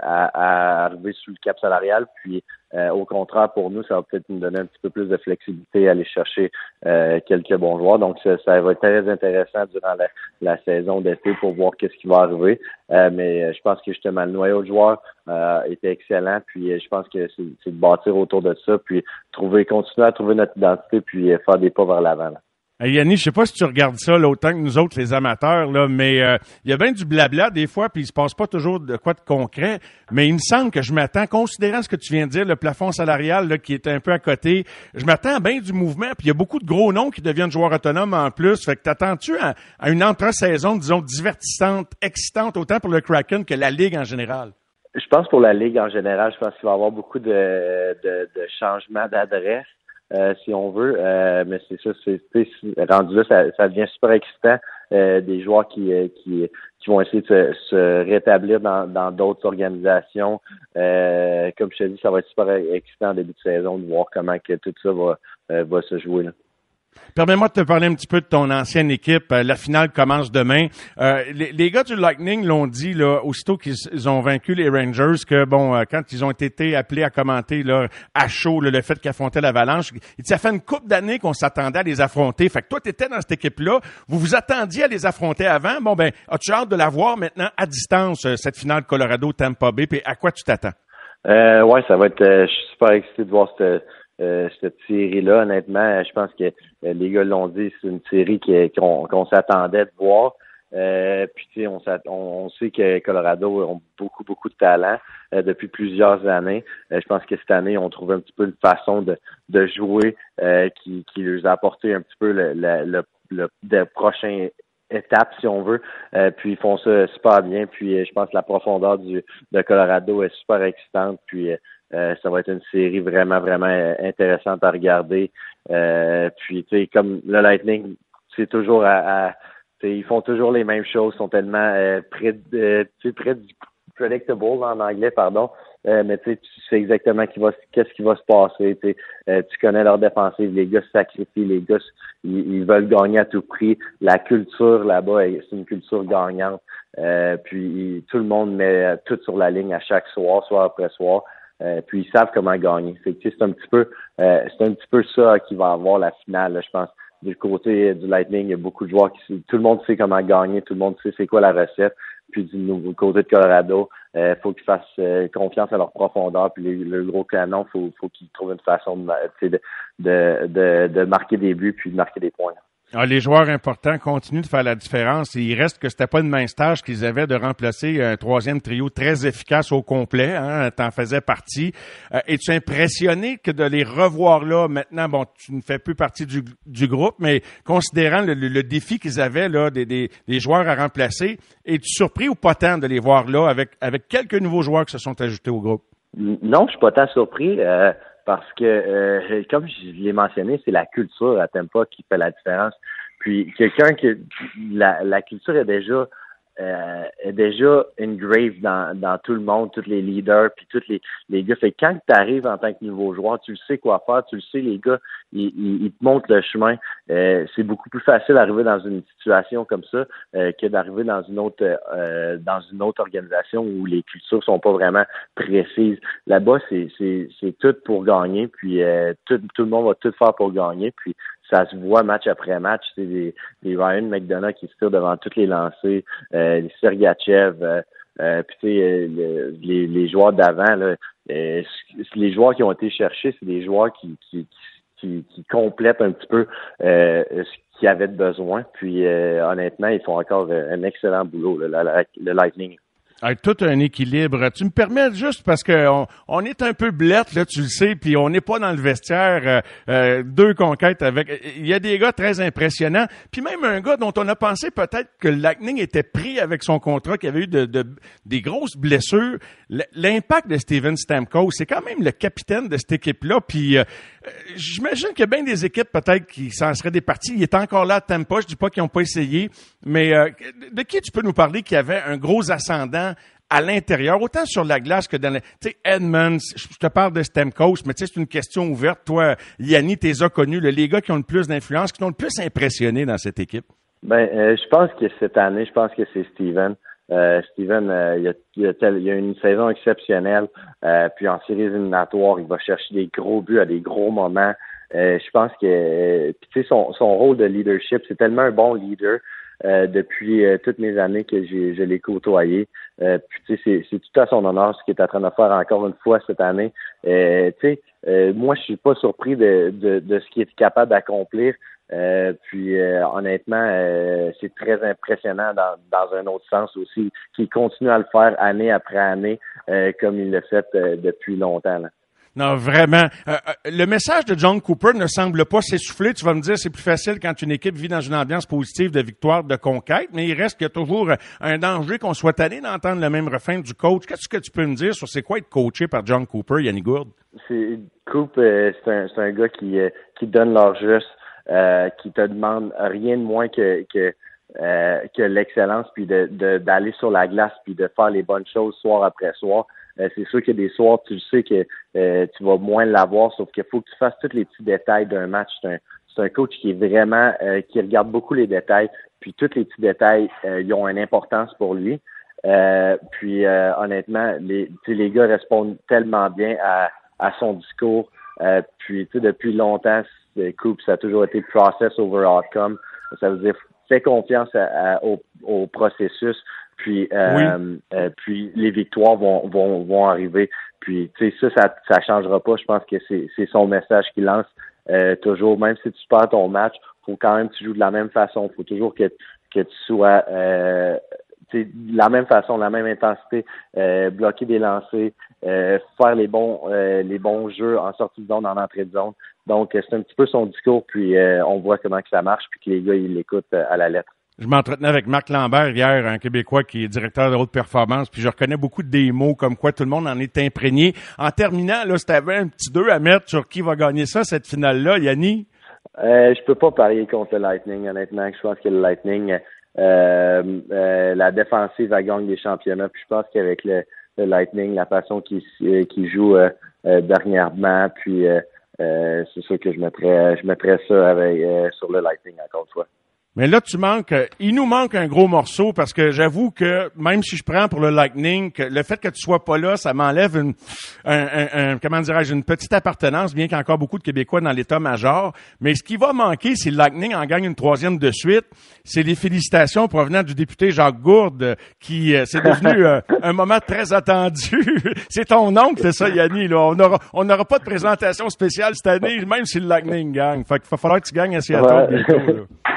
à arriver sous le cap salarial. Puis au contraire, pour nous, ça va peut-être nous donner un petit peu plus de flexibilité à aller chercher quelques bons joueurs. Donc ça va être très intéressant durant la saison d'été pour voir qu'est-ce qui va arriver. Mais je pense que justement le noyau de joueurs était excellent. Puis je pense que c'est de bâtir autour de ça, puis continuer à trouver notre identité, puis faire des pas vers l'avant. Là. Hey Yanni, je sais pas si tu regardes ça là, autant que nous autres, les amateurs, là, mais il y a bien du blabla des fois, puis il se passe pas toujours de quoi de concret. Mais il me semble que je m'attends, considérant ce que tu viens de dire, le plafond salarial là, qui est un peu à côté, je m'attends à bien du mouvement, puis il y a beaucoup de gros noms qui deviennent joueurs autonomes en plus. Fait que t'attends-tu à une entre-saison, disons, divertissante, excitante, autant pour le Kraken que la Ligue en général? Je pense pour la Ligue en général, je pense qu'il va y avoir beaucoup de changements d'adresse. Si on veut, mais c'est ça, c'est rendu là, ça devient super excitant. Des joueurs qui vont essayer de se rétablir dans d'autres organisations. Comme je te dis, ça va être super excitant en début de saison de voir comment que tout ça va se jouer là. Permets-moi de te parler un petit peu de ton ancienne équipe. La finale commence demain. Les gars du Lightning l'ont dit là, aussitôt qu'ils ont vaincu les Rangers, que bon, quand ils ont été appelés à commenter là, à chaud là, le fait qu'ils affrontaient l'Avalanche, ça fait une couple d'années qu'on s'attendait à les affronter. Fait que toi, tu étais dans cette équipe-là. Vous vous attendiez à les affronter avant. Bon, ben, as-tu hâte de la voir maintenant à distance, cette finale Colorado-Tampa Bay, puis à quoi tu t'attends? Ouais, ça va être... je suis super excité de voir cette série-là. Honnêtement, je pense que les gars l'ont dit, c'est une série qu'on s'attendait de voir. Puis tu sais, on sait que Colorado ont beaucoup de talent depuis plusieurs années. Je pense que cette année, on trouve un petit peu une façon de jouer qui leur a apporté un petit peu le prochain étape, si on veut. Puis ils font ça super bien. Puis je pense que la profondeur de Colorado est super excitante. Puis ça va être une série vraiment intéressante à regarder. Puis tu sais, comme le Lightning, c'est toujours ils font toujours les mêmes choses, sont tellement près du predictable en anglais, pardon. Mais tu sais exactement qu'est-ce qui va se passer. Tu connais leur défensive, les gars se sacrifient, les gars ils veulent gagner à tout prix. La culture là-bas, c'est une culture gagnante. Puis tout le monde met tout sur la ligne à chaque soir après soir. Puis ils savent comment gagner. Fait que, c'est un petit peu ça qui va avoir la finale, là, je pense. Du côté du Lightning, il y a beaucoup de joueurs tout le monde sait comment gagner, tout le monde sait c'est quoi la recette. Puis du côté de Colorado, faut qu'ils fassent confiance à leur profondeur. Puis le gros canon, faut qu'ils trouvent une façon de marquer des buts puis de marquer des points. Ah, les joueurs importants continuent de faire la différence. Il reste que c'était pas une mince tâche qu'ils avaient de remplacer un troisième trio très efficace au complet. Hein, t'en faisais partie. Es-tu impressionné que de les revoir là maintenant? Bon, tu ne fais plus partie du groupe, mais considérant le défi qu'ils avaient là, des joueurs à remplacer, es-tu surpris ou pas tant de les voir là avec quelques nouveaux joueurs qui se sont ajoutés au groupe? Non, je suis pas tant surpris. parce que, comme je l'ai mentionné, c'est la culture à Tampa qui fait la différence. Puis quelqu'un que la culture est déjà engraved dans tout le monde, tous les leaders, puis tous les gars. Fait que quand tu arrives en tant que nouveau joueur, tu le sais quoi faire, tu le sais, les gars, ils te montrent le chemin. C'est beaucoup plus facile d'arriver dans une situation comme ça que d'arriver dans une autre organisation où les cultures sont pas vraiment précises. Là-bas, c'est tout pour gagner, puis tout le monde va tout faire pour gagner, puis ça se voit match après match. C'est des Ryan McDonough qui se tirent devant tous les lancers, les Sergachev, puis tu sais, les joueurs d'avant, là, les joueurs qui ont été cherchés, c'est des joueurs qui complètent un petit peu ce qu'il y avait de besoin. Puis honnêtement, ils font encore un excellent boulot, là, le Lightning. Tout un équilibre. Tu me permets juste parce que on est un peu blette, là, tu le sais, puis on n'est pas dans le vestiaire. Deux conquêtes avec. Il y a des gars très impressionnants, puis même un gars dont on a pensé peut-être que le Lightning était pris avec son contrat, qui avait eu des grosses blessures. L'impact de Steven Stamkos, c'est quand même le capitaine de cette équipe-là. Puis j'imagine qu'il y a bien des équipes peut-être qui s'en seraient départies. Il est encore là à Tampa. Je dis pas qu'ils n'ont pas essayé, mais de qui tu peux nous parler qui avait un gros ascendant à l'intérieur, autant sur la glace que dans tu sais, Edmonds, je te parle de Stamkos, mais tu sais, c'est une question ouverte. Toi, Yanni, t'es connu, les gars qui ont le plus d'influence, qui t'ont le plus impressionné dans cette équipe? Je pense que cette année, c'est Steven. Steven, il a une saison exceptionnelle. Puis en séries éliminatoires, il va chercher des gros buts à des gros moments. Je pense que tu sais, son rôle de leadership, c'est tellement un bon leader. Depuis toutes mes années que je l'ai côtoyé. Puis tu sais, c'est tout à son honneur ce qu'il est en train de faire encore une fois cette année. Moi, je suis pas surpris de ce qu'il est capable d'accomplir. Puis honnêtement, c'est très impressionnant dans un autre sens aussi, qu'il continue à le faire année après année, comme il l'a fait depuis longtemps, là. Non, vraiment. Le message de John Cooper ne semble pas s'essouffler. Tu vas me dire, c'est plus facile quand une équipe vit dans une ambiance positive de victoire, de conquête, mais il reste qu'il y a toujours un danger qu'on soit allé d'entendre le même refrain du coach. Qu'est-ce que tu peux me dire sur c'est quoi être coaché par John Cooper, Yanni Gourde? C'est un gars qui donne leur juste, qui te demande rien de moins que l'excellence, puis d'aller sur la glace, puis de faire les bonnes choses soir après soir. C'est sûr qu'il y a des soirs, tu le sais que tu vas moins l'avoir, sauf qu'il faut que tu fasses tous les petits détails d'un match. C'est un coach qui est vraiment qui regarde beaucoup les détails, puis tous les petits détails, ils ont une importance pour lui. Puis honnêtement, les gars répondent tellement bien à son discours. Puis tu sais, depuis longtemps, Coop, ça a toujours été process over outcome. Ça veut dire fais confiance au processus. Puis, puis les victoires vont arriver. Puis, tu sais, ça changera pas. Je pense que c'est son message qu'il lance toujours. Même si tu perds ton match, faut quand même que tu joues de la même façon. Faut toujours que tu sois de la même façon, la même intensité, bloquer des lancers, faire les bons jeux en sortie de zone, en entrée de zone. Donc, c'est un petit peu son discours. Puis, on voit comment que ça marche. Puis que les gars, ils l'écoutent à la lettre. Je m'entretenais avec Marc Lambert hier, un Québécois qui est directeur de haute performance, puis je reconnais beaucoup de démos comme quoi tout le monde en est imprégné. En terminant, là, si t'avais un petit 2 à mettre sur qui va gagner ça, cette finale-là, Yanni? Je peux pas parier contre le Lightning, honnêtement. Je pense que le Lightning, la défensive, va gagner des championnats. Puis je pense qu'avec le Lightning, la façon qu'il joue dernièrement, puis c'est sûr que je mettrais ça sur le Lightning encore une fois. Mais là, il nous manque un gros morceau parce que j'avoue que même si je prends pour le Lightning, que le fait que tu sois pas là, ça m'enlève une petite appartenance, bien qu'il y ait encore beaucoup de Québécois dans l'état-major. Mais ce qui va manquer, si le Lightning en gagne une 3e de suite, c'est les félicitations provenant du député Jacques Gourde, qui c'est devenu un moment très attendu. C'est ton oncle, c'est ça, Yanni, là. On n'aura pas de présentation spéciale cette année, même si le Lightning gagne. Fait qu'il va falloir que tu gagnes à Seattle bientôt, là.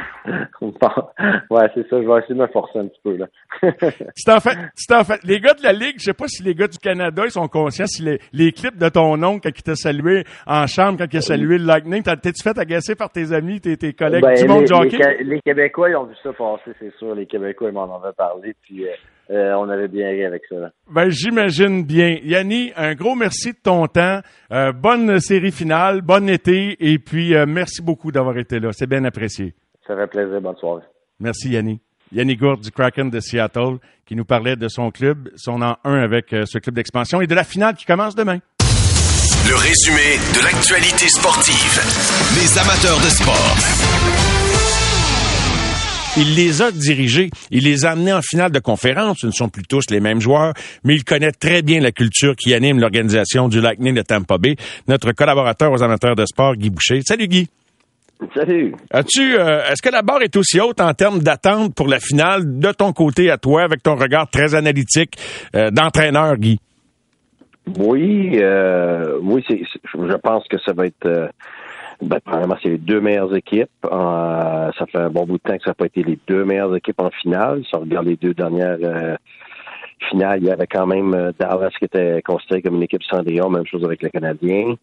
Ouais, c'est ça. Je vais essayer de me forcer un petit peu, là. C'est en fait, les gars de la Ligue, je sais pas si les gars du Canada, ils sont conscients si les clips de ton oncle qui t'a salué en chambre quand il a salué le Lightning, t'es-tu fait agacer par tes amis, tes collègues du monde du hockey? Les Québécois, ils ont vu ça passer, c'est sûr. Les Québécois, ils m'en avaient parlé, puis on avait bien ri avec ça. Là. Ben, j'imagine bien. Yanni, un gros merci de ton temps. Bonne série finale, bon été, et puis merci beaucoup d'avoir été là. C'est bien apprécié. Ça fait plaisir. Bonne soirée. Merci, Yanni. Yanni Gourde du Kraken de Seattle, qui nous parlait de son club, son an 1 avec ce club d'expansion, et de la finale qui commence demain. Le résumé de l'actualité sportive. Les amateurs de sport. Il les a dirigés, il les a amenés en finale de conférence. Ce ne sont plus tous les mêmes joueurs, mais il connaît très bien la culture qui anime l'organisation du Lightning de Tampa Bay. Notre collaborateur aux amateurs de sport, Guy Boucher. Salut Guy. Salut. Est-ce que la barre est aussi haute en termes d'attente pour la finale de ton côté à toi, avec ton regard très analytique d'entraîneur, Guy? Oui, je pense que ça va être... premièrement, c'est les deux meilleures équipes. Ça fait un bon bout de temps que ça n'a pas été les deux meilleures équipes en finale. Si on regarde les deux dernières finales, il y avait quand même Dallas qui était considéré comme une équipe Cendrillon, même chose avec les Canadiens.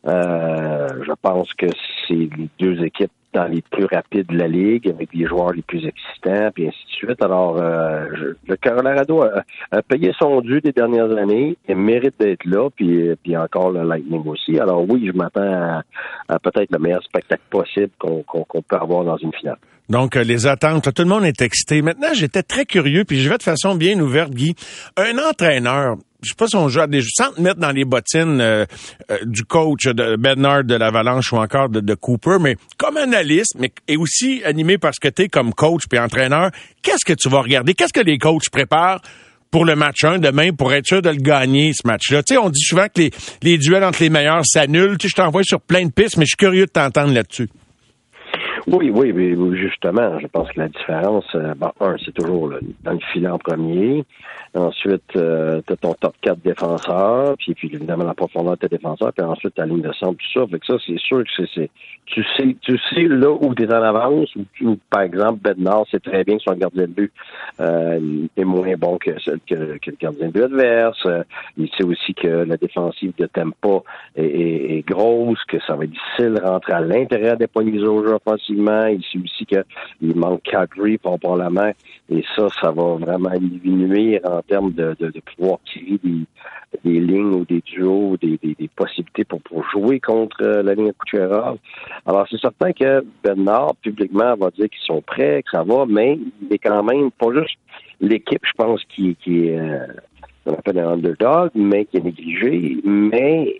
Je pense que c'est les deux équipes dans les plus rapides de la Ligue, avec les joueurs les plus excitants, puis ainsi de suite. Alors, le Colorado a payé son dû des dernières années, il mérite d'être là, puis encore le Lightning aussi. Alors oui, je m'attends à peut-être le meilleur spectacle possible qu'on peut avoir dans une finale. Donc, les attentes, tout le monde est excité. Maintenant, j'étais très curieux, puis je vais de façon bien ouverte, Guy. Un entraîneur, je sais pas si on joue sans te mettre dans les bottines du coach de Bednar de l'Avalanche ou encore de Cooper, mais comme analyste, mais et aussi animé par ce que t'es comme coach puis entraîneur, qu'est-ce que tu vas regarder? Qu'est-ce que les coachs préparent pour le match 1 demain pour être sûr de le gagner, ce match-là? Tu sais, on dit souvent que les duels entre les meilleurs s'annulent. Tu sais, je t'envoie sur plein de pistes, mais je suis curieux de t'entendre là-dessus. Oui, justement, je pense que la différence, c'est toujours dans le filet en premier. Ensuite, t'as ton top 4 défenseurs, puis évidemment la profondeur de tes défenseurs, puis ensuite ta ligne de centre, tout ça. Fait que ça, c'est sûr que tu sais là où t'es en avance, ou par exemple, Bednar sait très bien que son gardien de but est moins bon que le gardien de but adverse. Il sait aussi que la défensive de Tampa est grosse, que ça va être difficile de rentrer à l'intérieur des poignées au jeu offensivement. Il sait aussi qu'il manque Calgary probablement, et ça va vraiment diminuer en termes de pouvoir tirer des lignes ou des duos ou des possibilités pour jouer contre la ligne de Kucherov. Alors, c'est certain que Bednar, publiquement, va dire qu'ils sont prêts, que ça va, mais il est quand même pas juste l'équipe, je pense, qui est on appelle un underdog, mais qui est négligé, mais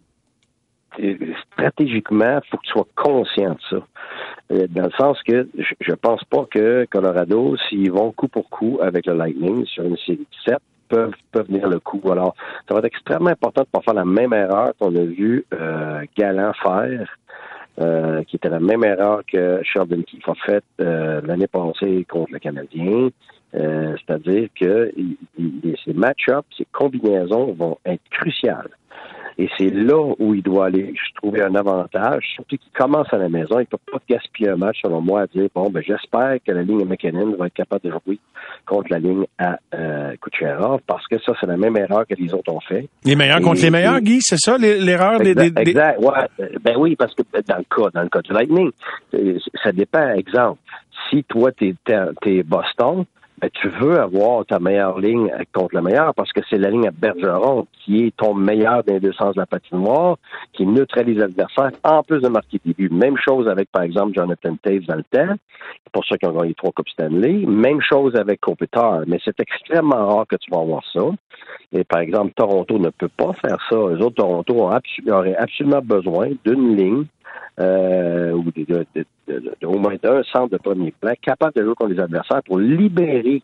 stratégiquement, il faut que tu sois conscient de ça. Dans le sens que je pense pas que Colorado, s'ils vont coup pour coup avec le Lightning sur une série de 7, peuvent venir le coup. Alors, ça va être extrêmement important de ne pas faire la même erreur qu'on a vu Gallant faire, qui était la même erreur que Sheldon Keefe a faite l'année passée contre le Canadien. C'est-à-dire que ces match-ups, ces combinaisons vont être cruciales. Et c'est là où il doit aller trouver un avantage, surtout qu'il commence à la maison. Il ne peut pas gaspiller un match, selon moi, à dire, j'espère que la ligne à McKinnon va être capable de jouer contre la ligne à Kucherov, parce que ça, c'est la même erreur que les autres ont fait. Les meilleurs contre les meilleurs, Guy, c'est ça, l'erreur des... Exact, ouais. Ben oui, parce que dans le cas du Lightning, ça dépend. Exemple, si toi, t'es Boston, tu veux avoir ta meilleure ligne contre le meilleur, parce que c'est la ligne à Bergeron qui est ton meilleur dans les deux sens de la patinoire, qui neutralise l'adversaire, en plus de marquer des buts. Même chose avec, par exemple, Jonathan Toews dans le temps, pour ceux qui ont gagné 3 Coupes Stanley. Même chose avec Kopitar, mais c'est extrêmement rare que tu vas avoir ça. Et par exemple, Toronto ne peut pas faire ça. Eux autres, Toronto auraient absolument besoin d'une ligne ou au moins d'un centre de premier plan capable de jouer contre les adversaires pour libérer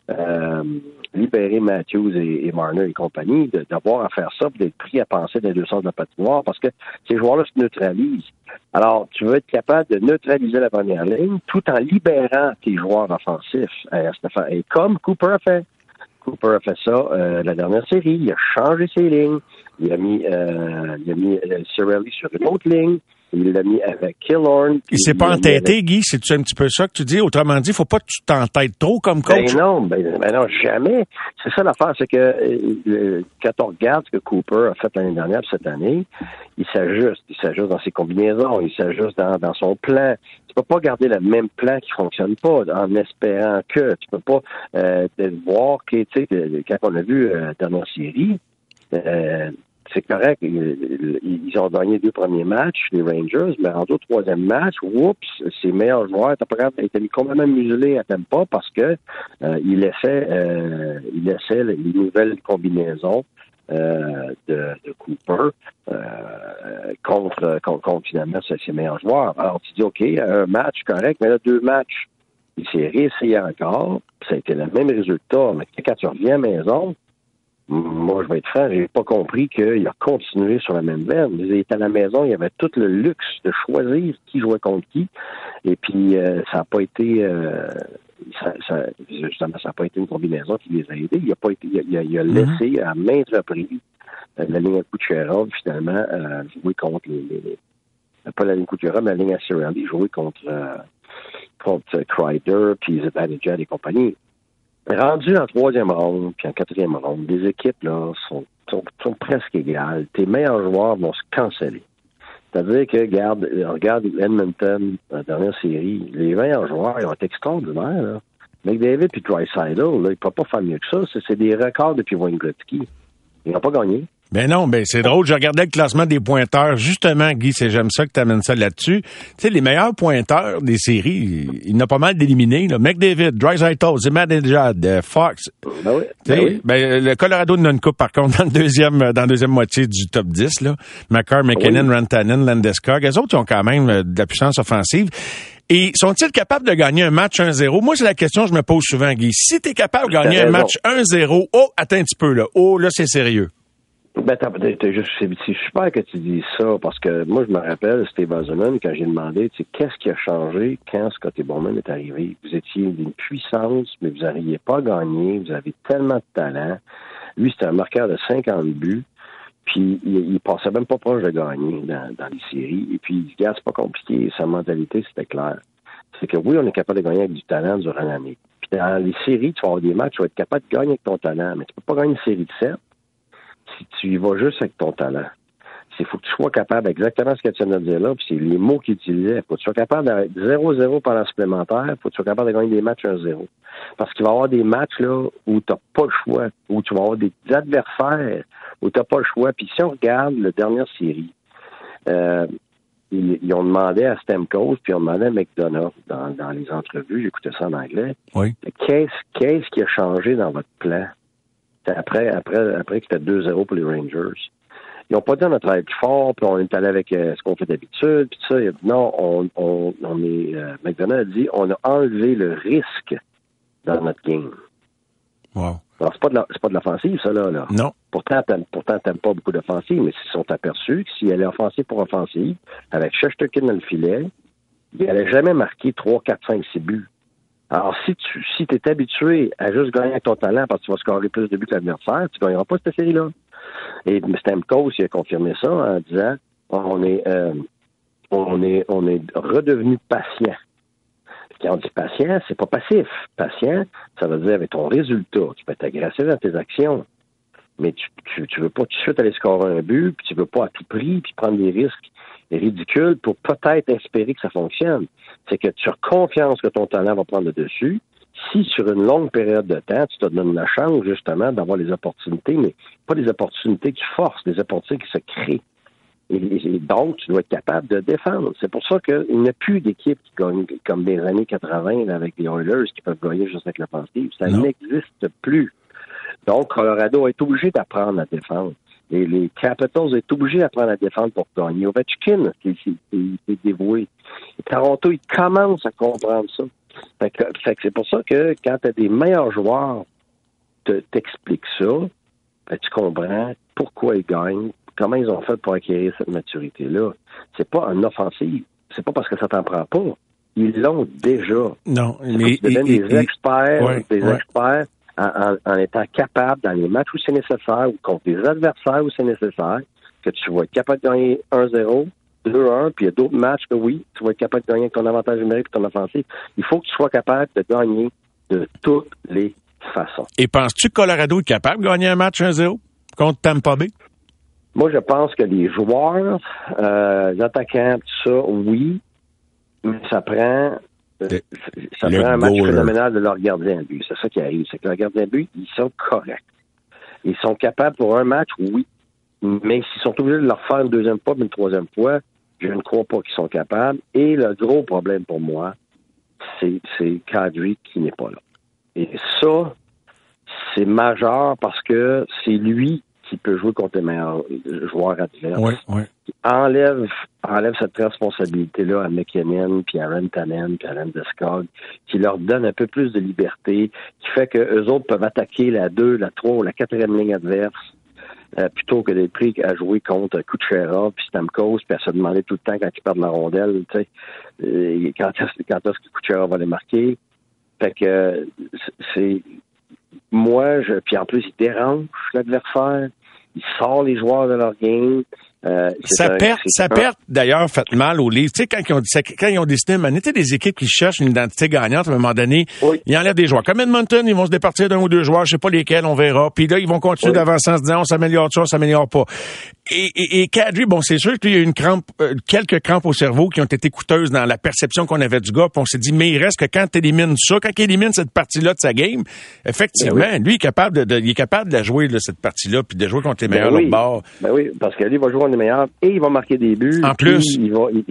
Matthews et Marner et compagnie, d'avoir à faire ça, d'être pris à penser dans les deux sens de la patinoire, parce que ces joueurs-là se neutralisent. Alors, tu veux être capable de neutraliser la première ligne tout en libérant tes joueurs offensifs. Et comme Cooper a fait. Cooper a fait ça la dernière série. Il a changé ses lignes. Il a mis Cirelli sur une autre ligne. Il l'a mis avec Killorn. Il s'est pas entêté, Guy, c'est-tu un petit peu ça que tu dis? Autrement dit, faut pas que tu t'entêtes trop comme coach. Ben non, jamais. C'est ça l'affaire, c'est que quand on regarde ce que Cooper a fait l'année dernière et cette année, il s'ajuste dans ses combinaisons, il s'ajuste dans son plan. Tu peux pas garder le même plan qui fonctionne pas en espérant que. Tu peux pas voir que, tu sais, quand on a vu la dernière série, c'est correct, ils ont gagné 2 premiers matchs, les Rangers, mais en 2 troisième match, ses meilleurs joueurs étaient complètement muselés à Tampa parce que ils laissaient les nouvelles combinaisons de Cooper contre finalement ses meilleurs joueurs. Alors tu dis OK, un match correct, mais là 2 matchs, il s'est réessayé encore, ça a été le même résultat, mais quand tu reviens à la maison, moi, je vais être franc, j'ai pas compris qu'il a continué sur la même veine. Il était à la maison, il avait tout le luxe de choisir qui jouait contre qui. Et puis, ça n'a pas été, justement, ça n'a pas été une combinaison qui les a aidés. Il a laissé à maintes reprises la ligne à Kucherov, finalement, jouer contre pas la ligne Kucherov, mais la ligne à Cirelli, jouer contre Kreider, puis Zibanejad et compagnie. Rendu en 3e ronde, puis en 4e ronde, les équipes là sont presque égales. Tes meilleurs joueurs vont se canceller. C'est-à-dire que, regarde Edmonton, la dernière série, les meilleurs joueurs, ils ont été extraordinaires. Là. McDavid et Draisaitl, là, ils ne peuvent pas faire mieux que ça. C'est des records depuis Wayne Gretzky. Ils n'ont pas gagné. Ben non, c'est drôle. Je regardais le classement des pointeurs. Justement, Guy, j'aime ça que tu amènes ça là-dessus. Tu sais, les meilleurs pointeurs des séries, il y en a pas mal d'éliminés. Là. McDavid, Draisaitl, Zibanejad, Fox. Le Colorado n'a une coupe, par contre, dans la deuxième moitié du top 10. Là. McCarr, McKinnon, Rantanen, Landeskog. Eux autres, ils ont quand même de la puissance offensive. Et sont-ils capables de gagner un match 1-0? Moi, c'est la question que je me pose souvent, Guy. Si tu es capable de gagner un match 1-0, attends un petit peu, là. Là, c'est sérieux. C'est super que tu dises ça, parce que moi, je me rappelle, Steve Eisenman, quand j'ai demandé, qu'est-ce qui a changé quand Scotty Bowman est arrivé? Vous étiez d'une puissance, mais vous n'arriviez pas à gagner, vous avez tellement de talent. Lui, c'était un marqueur de 50 buts, puis il passait même pas proche de gagner dans les séries. Et puis, il dit, c'est pas compliqué, sa mentalité, c'était clair. C'est que oui, on est capable de gagner avec du talent durant l'année. Puis dans les séries, tu vas avoir des matchs, tu vas être capable de gagner avec ton talent, mais tu peux pas gagner une série de 7 si tu y vas juste avec ton talent. Il faut que tu sois capable, exactement ce que tu viens de dire là, puis c'est les mots qu'il utilisait. Il faut que tu sois capable d'être 0-0 pendant le supplémentaire, il faut que tu sois capable de gagner des matchs 1-0. Parce qu'il va y avoir des matchs là où tu n'as pas le choix, où tu vas avoir des adversaires où tu n'as pas le choix. Puis si on regarde la dernière série, ils ont demandé à Stamkos, puis ils ont demandé à McDonough dans les entrevues, j'écoutais ça en anglais, oui. Qu'est-ce qui a changé dans votre plan? Après que c'était 2-0 pour les Rangers. Ils n'ont pas dit on a travaillé plus fort, puis on est allé avec ce qu'on fait d'habitude, puis ça. Non, McDonough a dit on a enlevé le risque dans notre game. Wow. Alors, c'est pas de l'offensive, ça, là. Non. Pourtant, t'aimes pas beaucoup d'offensive, mais s'ils sont aperçus que si elle est offensive pour offensive, avec Shesterkin dans le filet, il n'allait jamais marquer 3, 4, 5, 6 buts. Alors, si tu es habitué à juste gagner avec ton talent parce que tu vas scorer plus de buts que l'adversaire, tu ne gagneras pas cette série-là. Et Stamkos, il a confirmé ça en disant on est redevenu patient. Quand on dit patient, c'est pas passif. Patient, ça veut dire avec ton résultat. Tu peux être agressif dans tes actions, mais tu veux pas tout de suite aller scorer un but, puis tu veux pas à tout prix, puis prendre des risques ridicules pour peut-être espérer que ça fonctionne. C'est que tu as confiance que ton talent va prendre le dessus. Si sur une longue période de temps, tu te donnes la chance justement d'avoir les opportunités, mais pas des opportunités que tu forces, des opportunités qui se créent. Et donc, tu dois être capable de défendre. C'est pour ça qu'il n'y a plus d'équipes qui gagnent comme des années 80 avec les Oilers qui peuvent gagner juste avec l'offensive. Ça n'existe plus. Donc, Colorado est obligé d'apprendre à défendre. Et les Capitals sont obligés d'apprendre à défendre pour gagner. Ovechkin, c'est dévoué. Et Toronto, ils commencent à comprendre ça. Fait que c'est pour ça que quand tu as des meilleurs joueurs t'expliquent ça, ben, tu comprends pourquoi ils gagnent, comment ils ont fait pour acquérir cette maturité-là. C'est pas une offensive. C'est pas parce que ça t'en prend pas. Ils l'ont déjà. Non. Ils deviennent des experts en étant capable dans les matchs où c'est nécessaire ou contre des adversaires où c'est nécessaire, que tu vas être capable de gagner 1-0, 2-1, puis il y a d'autres matchs que oui, tu vas être capable de gagner avec ton avantage numérique et ton offensive. Il faut que tu sois capable de gagner de toutes les façons. Et penses-tu que Colorado est capable de gagner un match 1-0 contre Tampa Bay? Moi, je pense que les joueurs, les attaquants, tout ça, oui, mais ça prend un match phénoménal de leur gardien de but. C'est ça qui arrive. C'est que leur gardien de but, ils sont corrects. Ils sont capables pour un match, oui. Mais s'ils sont obligés de leur faire une deuxième fois, puis une troisième fois, je ne crois pas qu'ils sont capables. Et le gros problème pour moi, c'est Kadri qui n'est pas là. Et ça, c'est majeur parce que c'est lui qui peut jouer contre les meilleurs joueurs adverses. Oui, oui. Qui enlève cette responsabilité-là à McKinnon, puis à Rantanen, puis à Landeskog, qui leur donne un peu plus de liberté, qui fait qu'eux autres peuvent attaquer la 2, la 3 ou la 4e ligne adverse, plutôt que d'être pris à jouer contre Kucherov, puis Stamkos, puis à se demander tout le temps quand ils perdent la rondelle, tu sais, quand est-ce que Kucherov va les marquer. Fait que c'est... Moi, puis en plus, il dérange l'adversaire, il sort les joueurs de leur game. Ça perd d'ailleurs fait mal aux livres. Tu sais, quand ils ont décidé de mener des équipes qui cherchent une identité gagnante, à un moment donné, oui. Ils enlèvent des joueurs. Comme Edmonton, ils vont se départir d'un ou deux joueurs, je sais pas lesquels, on verra. Puis là, ils vont continuer d'avancer en se disant, on s'améliore ça, on s'améliore pas. Et Kadri, bon, c'est sûr qu'il y a eu quelques crampes au cerveau qui ont été coûteuses dans la perception qu'on avait du gars. Puis on s'est dit, mais il reste que quand tu élimines ça, quand il élimine cette partie-là de sa game, effectivement, lui, il est capable de la jouer, là, cette partie-là, puis de jouer contre les meilleurs au bord. Ben oui, parce que lui, il va jouer contre les meilleurs et il va marquer des buts. En plus. Il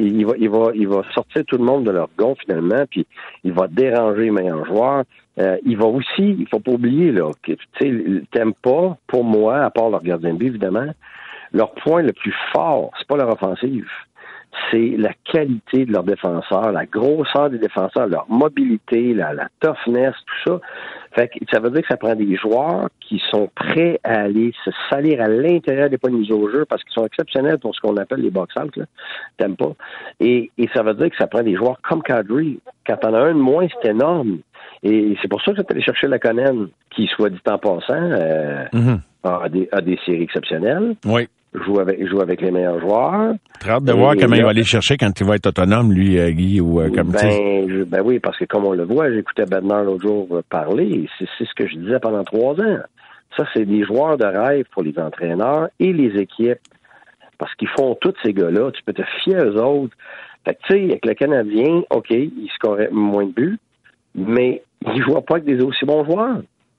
va sortir tout le monde de leur gond, finalement, puis il va déranger les meilleurs joueurs. Il va aussi, il faut pas oublier, là, que, tu sais, t'aimes pas, pour moi, à part leur gardien de but, évidemment, leur point le plus fort, c'est pas leur offensive, c'est la qualité de leurs défenseurs, la grosseur des défenseurs, leur mobilité, la toughness, tout ça. Fait que ça veut dire que ça prend des joueurs qui sont prêts à aller se salir à l'intérieur des points de mise au jeu parce qu'ils sont exceptionnels pour ce qu'on appelle les box-out, là. T'aimes pas. Et ça veut dire que ça prend des joueurs comme Kadri. Quand t'en as un de moins, c'est énorme. Et c'est pour ça que tu allé chercher Lakonen, qui, soit dit en passant, a des séries exceptionnelles. Oui. Joue avec les meilleurs joueurs. Très hâte de voir comment il va aller chercher quand il va être autonome, lui, Guy, ou comme ben oui, parce que comme on le voit, j'écoutais Bednar l'autre jour parler, et c'est ce que je disais pendant 3 ans. Ça, c'est des joueurs de rêve pour les entraîneurs et les équipes. Parce qu'ils font tous ces gars-là. Tu peux te fier aux autres. Fait que, tu sais, avec le Canadien, OK, il scorait moins de buts, mais il ne joue pas avec des aussi bons joueurs.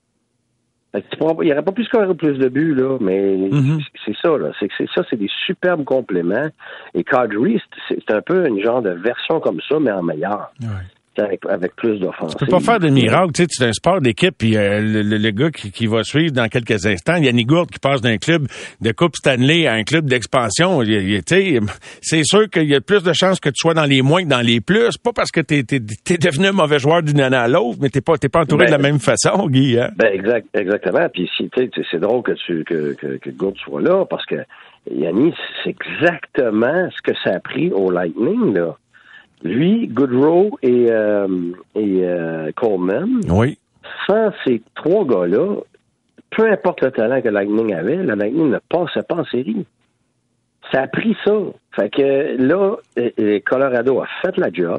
Il n'y aurait pas pu scorer plus de buts, là, mais c'est ça, là. C'est des superbes compléments. Et Kadri, c'est un peu une genre de version comme ça, mais en meilleur. Ouais. Avec plus d'offensive. Tu peux pas faire de miracle, tu sais, c'est un sport d'équipe, puis le gars qui va suivre dans quelques instants, Yannick Gourde qui passe d'un club de Coupe Stanley à un club d'expansion, tu sais, c'est sûr qu'il y a plus de chances que tu sois dans les moins que dans les plus, pas parce que t'es devenu un mauvais joueur d'une année à l'autre, mais t'es pas entouré de la même façon, Guy, hein? Exactement, puis tu sais, c'est drôle que Gourde soit là, parce que Yannick, c'est exactement ce que ça a pris au Lightning, là. Lui, Goodrow et Coleman, oui. Sans ces 3 gars-là, peu importe le talent que Lightning avait, le Lightning ne passait pas en série. Ça a pris ça. Fait que là, Colorado a fait la job,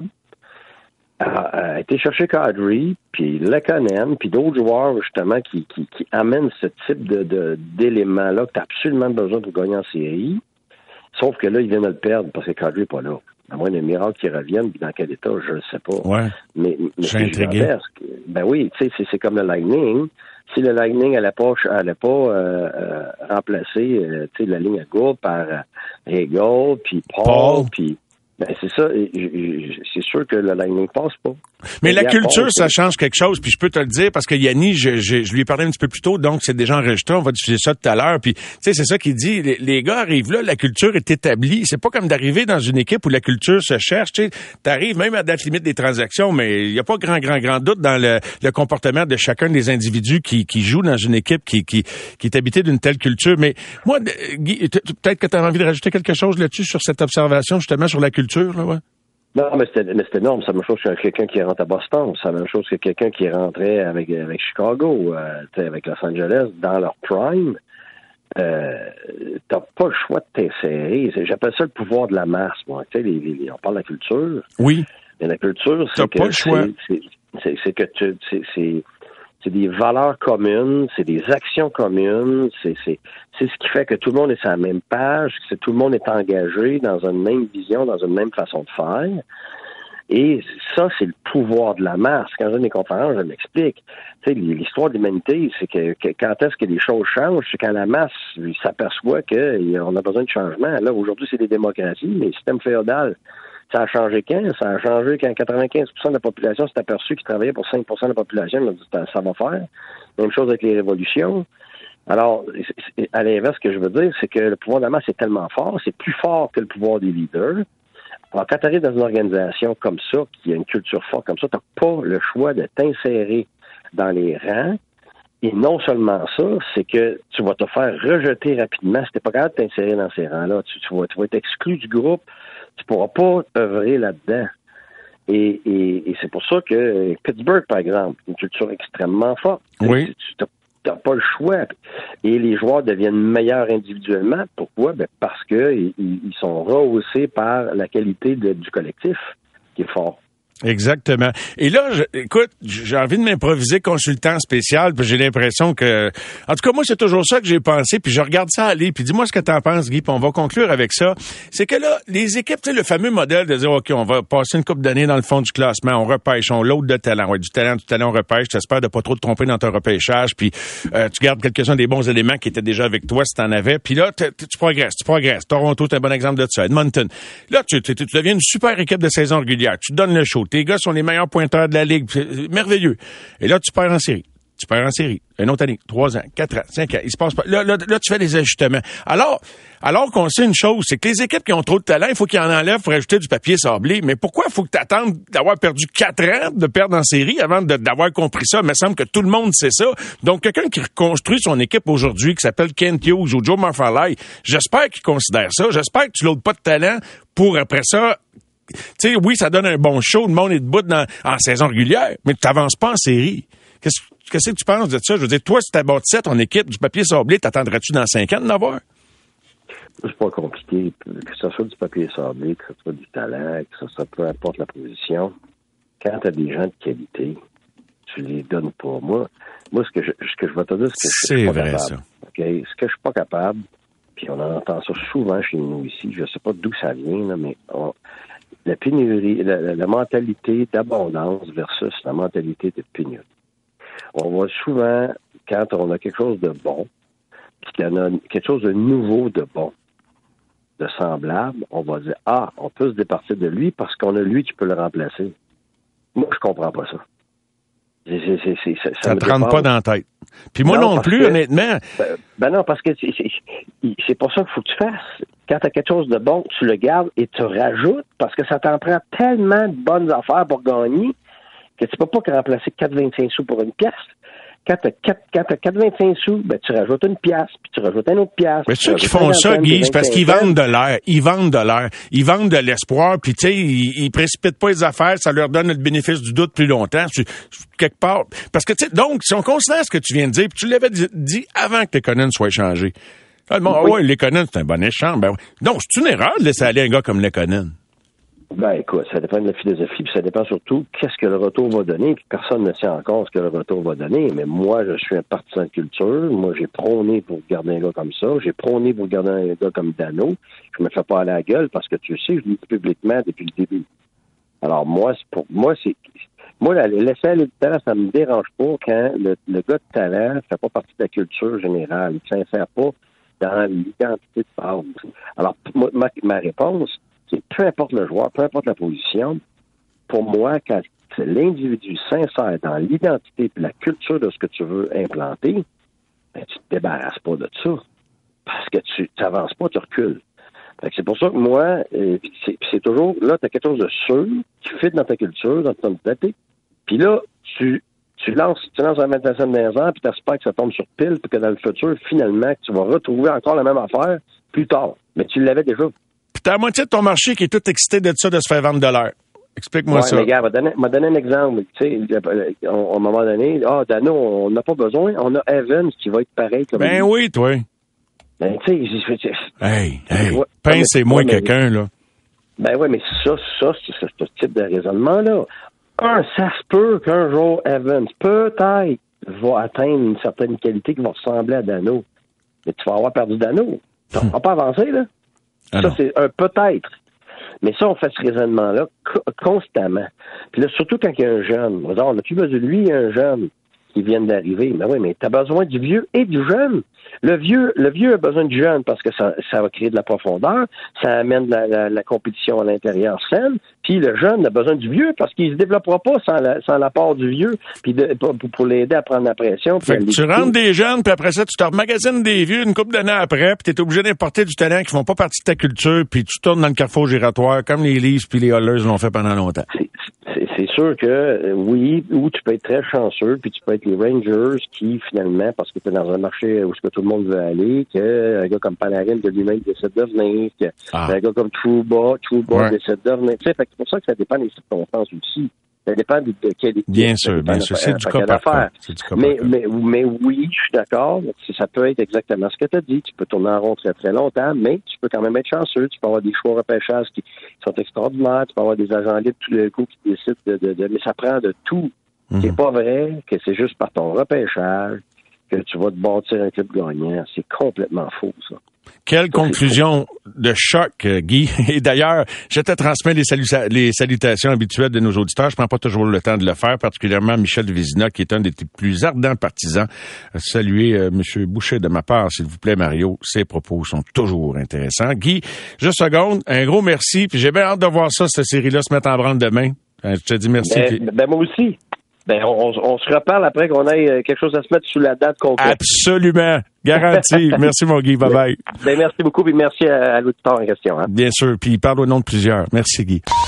a été chercher Kadri, puis Lekanen, puis d'autres joueurs, justement, qui amènent ce type d'éléments-là que tu as absolument besoin pour gagner en série. Sauf que là, ils viennent de le perdre parce que Kadri n'est pas là. À moins d'un miracle qui revienne, puis dans quel état, je ne sais pas. Ouais. Mais je suis intrigué. Ben oui, tu sais, c'est comme le Lightning. Si le Lightning n'allait pas remplacer la ligne à Gourde par Hagel, puis Paul. Puis ben c'est ça. C'est sûr que le Lightning passe pas. Mais la culture, ça change quelque chose, puis je peux te le dire, parce que Yanni, je lui ai parlé un petit peu plus tôt, donc c'est déjà enregistré, on va diffuser ça tout à l'heure, puis tu sais, c'est ça qu'il dit, les gars arrivent là, la culture est établie, c'est pas comme d'arriver dans une équipe où la culture se cherche, tu sais, t'arrives même à date limite des transactions, mais il y a pas grand doute dans le comportement de chacun des individus qui jouent dans une équipe qui est habité d'une telle culture. Mais moi, Guy, peut-être que tu as envie de rajouter quelque chose là-dessus sur cette observation, justement, sur la culture, là, ouais? Non, mais c'était énorme. C'est la même chose que quelqu'un qui rentre à Boston. C'est la même chose que quelqu'un qui rentrait avec Chicago, avec Los Angeles, dans leur prime. t'as pas le choix de t'insérer. J'appelle ça le pouvoir de la masse, moi. Tu sais, on parle de la culture. Oui. Mais la culture, c'est que pas le choix. C'est que c'est des valeurs communes, c'est des actions communes, c'est ce qui fait que tout le monde est sur la même page, que tout le monde est engagé dans une même vision, dans une même façon de faire. Et ça, c'est le pouvoir de la masse. Quand je donne mes conférences, je l'explique. Tu sais, l'histoire de l'humanité, c'est que quand est-ce que les choses changent, c'est quand la masse s'aperçoit qu'on a besoin de changement. Là, aujourd'hui, c'est des démocraties, mais le système féodal, ça a changé quand? Ça a changé quand 95% de la population s'est aperçu qu'ils travaillaient pour 5% de la population. On a dit, ça va faire. Même chose avec les révolutions. Alors, à l'inverse, ce que je veux dire, c'est que le pouvoir de la masse est tellement fort, c'est plus fort que le pouvoir des leaders. Alors, quand tu arrives dans une organisation comme ça, qui a une culture forte comme ça, tu n'as pas le choix de t'insérer dans les rangs. Et non seulement ça, c'est que tu vas te faire rejeter rapidement si tu n'es pas capable de t'insérer dans ces rangs-là. Tu vas être exclu du groupe. Tu ne pourras pas œuvrer là-dedans. Et c'est pour ça que Pittsburgh, par exemple, une culture extrêmement forte. Oui. Tu n'as pas le choix. Et les joueurs deviennent meilleurs individuellement. Pourquoi? Ben parce que ils sont rehaussés par la qualité du collectif qui est fort. Exactement. Et là, écoute, j'ai envie de m'improviser consultant spécial, puis j'ai l'impression que... En tout cas, moi, c'est toujours ça que j'ai pensé, puis je regarde ça aller, puis dis-moi ce que t'en penses, Guy, puis on va conclure avec ça. C'est que là, les équipes, tu sais, le fameux modèle de dire, OK, on va passer une couple d'années dans le fond du classement, on repêche, on load de talent. Ouais, du talent, on repêche. T'espères de pas trop te tromper dans ton repêchage, puis tu gardes quelques-uns des bons éléments qui étaient déjà avec toi si t'en avais, puis là, tu progresses. Toronto, c'est un bon exemple de ça. Edmonton. Là, tu deviens une super équipe de saison régulière. Tu donnes le show. Tes gars sont les meilleurs pointeurs de la Ligue. C'est merveilleux. Et là, tu perds en série. Une autre année. 3 ans, 4 ans, 5 ans. Il se passe pas. Là, tu fais des ajustements. Alors qu'on sait une chose, c'est que les équipes qui ont trop de talent, il faut qu'ils en enlèvent pour ajouter du papier sablé. Mais pourquoi il faut que tu attendes d'avoir perdu 4 ans de perdre en série avant d'avoir compris ça? Il me semble que tout le monde sait ça. Donc, quelqu'un qui reconstruit son équipe aujourd'hui, qui s'appelle Kent Hughes ou Joe Marfalai, j'espère qu'il considère ça. J'espère que tu l'audes pas de talent pour, après ça, tu sais, oui, ça donne un bon show, le monde est debout en saison régulière, mais tu n'avances pas en série. Qu'est-ce que tu penses de ça? Je veux dire, toi, si tu bâtissais ton équipe du papier sablé, t'attendrais-tu dans 5 ans de l'avoir? C'est pas compliqué. Que ce soit du papier sablé, que ce soit du talent, que ce soit peu importe la position. Quand tu as des gens de qualité, tu les donnes pas. Moi, ce que je vais te dire, c'est que je suis pas capable. Ça. Okay? Ce que je suis pas capable, puis on en entend ça souvent chez nous ici, je sais pas d'où ça vient, là, mais la pénurie, la mentalité d'abondance versus la mentalité de pénurie. On voit souvent, quand on a quelque chose de bon, puis qu'il y en a quelque chose de nouveau de bon, de semblable, on va dire, on peut se départir de lui parce qu'on a lui qui peut le remplacer. Moi, je comprends pas ça. Ça te rentre pas dans la tête. Puis moi non plus, honnêtement. Ben non, parce que c'est pas ça qu'il faut que tu fasses. Quand tu as quelque chose de bon, tu le gardes et tu rajoutes parce que ça t'en prend tellement de bonnes affaires pour gagner que tu peux pas remplacer 4,25 sous pour une pièce. Quand tu as 4,25 sous, ben, tu rajoutes une pièce, puis tu rajoutes une autre pièce. Mais ceux qui font ça, Guy, c'est parce qu'ils vendent de l'air. Ils vendent de l'espoir, puis tu sais, ils précipitent pas les affaires, ça leur donne le bénéfice du doute plus longtemps, quelque part. Parce que, tu sais, donc, si on considère ce que tu viens de dire, puis tu l'avais dit avant que Lekonen soit échangé. Oui, Lekonen, c'est un bon échange. Ben, non, c'est une erreur de laisser aller un gars comme Lekonen. Ben, écoute, ça dépend de la philosophie, puis ça dépend surtout qu'est-ce que le retour va donner, puis personne ne sait encore ce que le retour va donner, mais moi, je suis un partisan de culture, moi, j'ai prôné pour garder un gars comme ça, j'ai prôné pour garder un gars comme Dano, je me fais pas à la gueule, parce que tu sais, je le dis publiquement depuis le début. Alors, laisser aller du talent, ça me dérange pas quand le gars de talent fait pas partie de la culture générale, il ne s'insère pas dans l'identité de base. Alors, ma réponse, c'est peu importe le joueur, peu importe la position, pour moi, quand l'individu s'insère dans l'identité et la culture de ce que tu veux implanter, ben, tu te débarrasses pas de ça. Parce que tu n'avances pas, tu recules. Fait que c'est pour ça que moi, c'est toujours, là, tu as quelque chose de sûr, qui fit dans ta culture, dans ton identité, puis là, tu lances un 25 ans, puis tu espères que ça tombe sur pile, puis que dans le futur, finalement, tu vas retrouver encore la même affaire plus tard. Mais tu l'avais déjà. Puis t'as la moitié de ton marché qui est tout excité de ça, de se faire vendre de l'air. Explique-moi ça. Mais gars, m'a donné un exemple. Tu sais, à un moment donné, Dano, on n'a pas besoin. On a Evans qui va être pareil comme Ben lui. oui, toi. Ben, tu sais, hey, Pince, c'est moins quelqu'un, là. Ben oui, mais ça, c'est ce type de raisonnement-là. Ça se peut qu'un jour, Evans, peut-être, va atteindre une certaine qualité qui va ressembler à Dano. Mais tu vas avoir perdu Dano. Tu vas pas avancer, là. Ça, c'est un peut-être. Mais ça, on fait ce raisonnement-là constamment. Puis là, surtout quand il y a un jeune. On n'a plus besoin de lui, un jeune qui vient d'arriver. Mais oui, mais tu as besoin du vieux et du jeune. Le vieux a besoin du jeune parce que ça va créer de la profondeur, ça amène la compétition à l'intérieur saine, puis le jeune a besoin du vieux parce qu'il se développera pas sans l'apport du vieux, puis pour l'aider à prendre la pression. Fait que tu rentres des jeunes, puis après ça, tu te remagasines des vieux une couple d'années après, puis t'es obligé d'importer du talent qui font pas partie de ta culture, puis tu tournes dans le carrefour giratoire comme les Leafs puis les Oilers l'ont fait pendant longtemps. C'est sûr que, oui, ou tu peux être très chanceux, puis tu peux être les Rangers qui, finalement, parce que tu es dans un marché où tout le monde veut aller, qu'un gars comme Panarin de lui-même décide de venir, qu'un gars comme Trouba décide de venir. Tu sais, c'est pour ça que ça dépend des circonstances aussi. Ça dépend de quelle équipe. Bien sûr. C'est du cas par cas. Mais oui, je suis d'accord. Ça peut être exactement ce que tu as dit. Tu peux tourner en rond très, très longtemps, mais tu peux quand même être chanceux. Tu peux avoir des choix repêchage qui sont extraordinaires. Tu peux avoir des agents libres tout le coup qui décident mais ça prend de tout. C'est pas vrai que c'est juste par ton repêchage que tu vas te bâtir un club gagnant. C'est complètement faux, ça. Quelle conclusion de choc, Guy. Et d'ailleurs, je te transmets les salutations habituelles de nos auditeurs. Je prends pas toujours le temps de le faire, particulièrement Michel Vézina, qui est un des plus ardents partisans. Saluez M. Boucher de ma part, s'il vous plaît, Mario. Ses propos sont toujours intéressants. Guy, juste une seconde, un gros merci. Puis j'ai bien hâte de voir ça, cette série-là, se mettre en branle demain. Je te dis merci. Moi aussi. On se reparle après qu'on ait quelque chose à se mettre sous la date concrète. Absolument. Garanti. Merci, mon Guy. Bye-bye. Merci beaucoup, puis merci à l'auditeur en question. Bien sûr. Puis il parle au nom de plusieurs. Merci, Guy.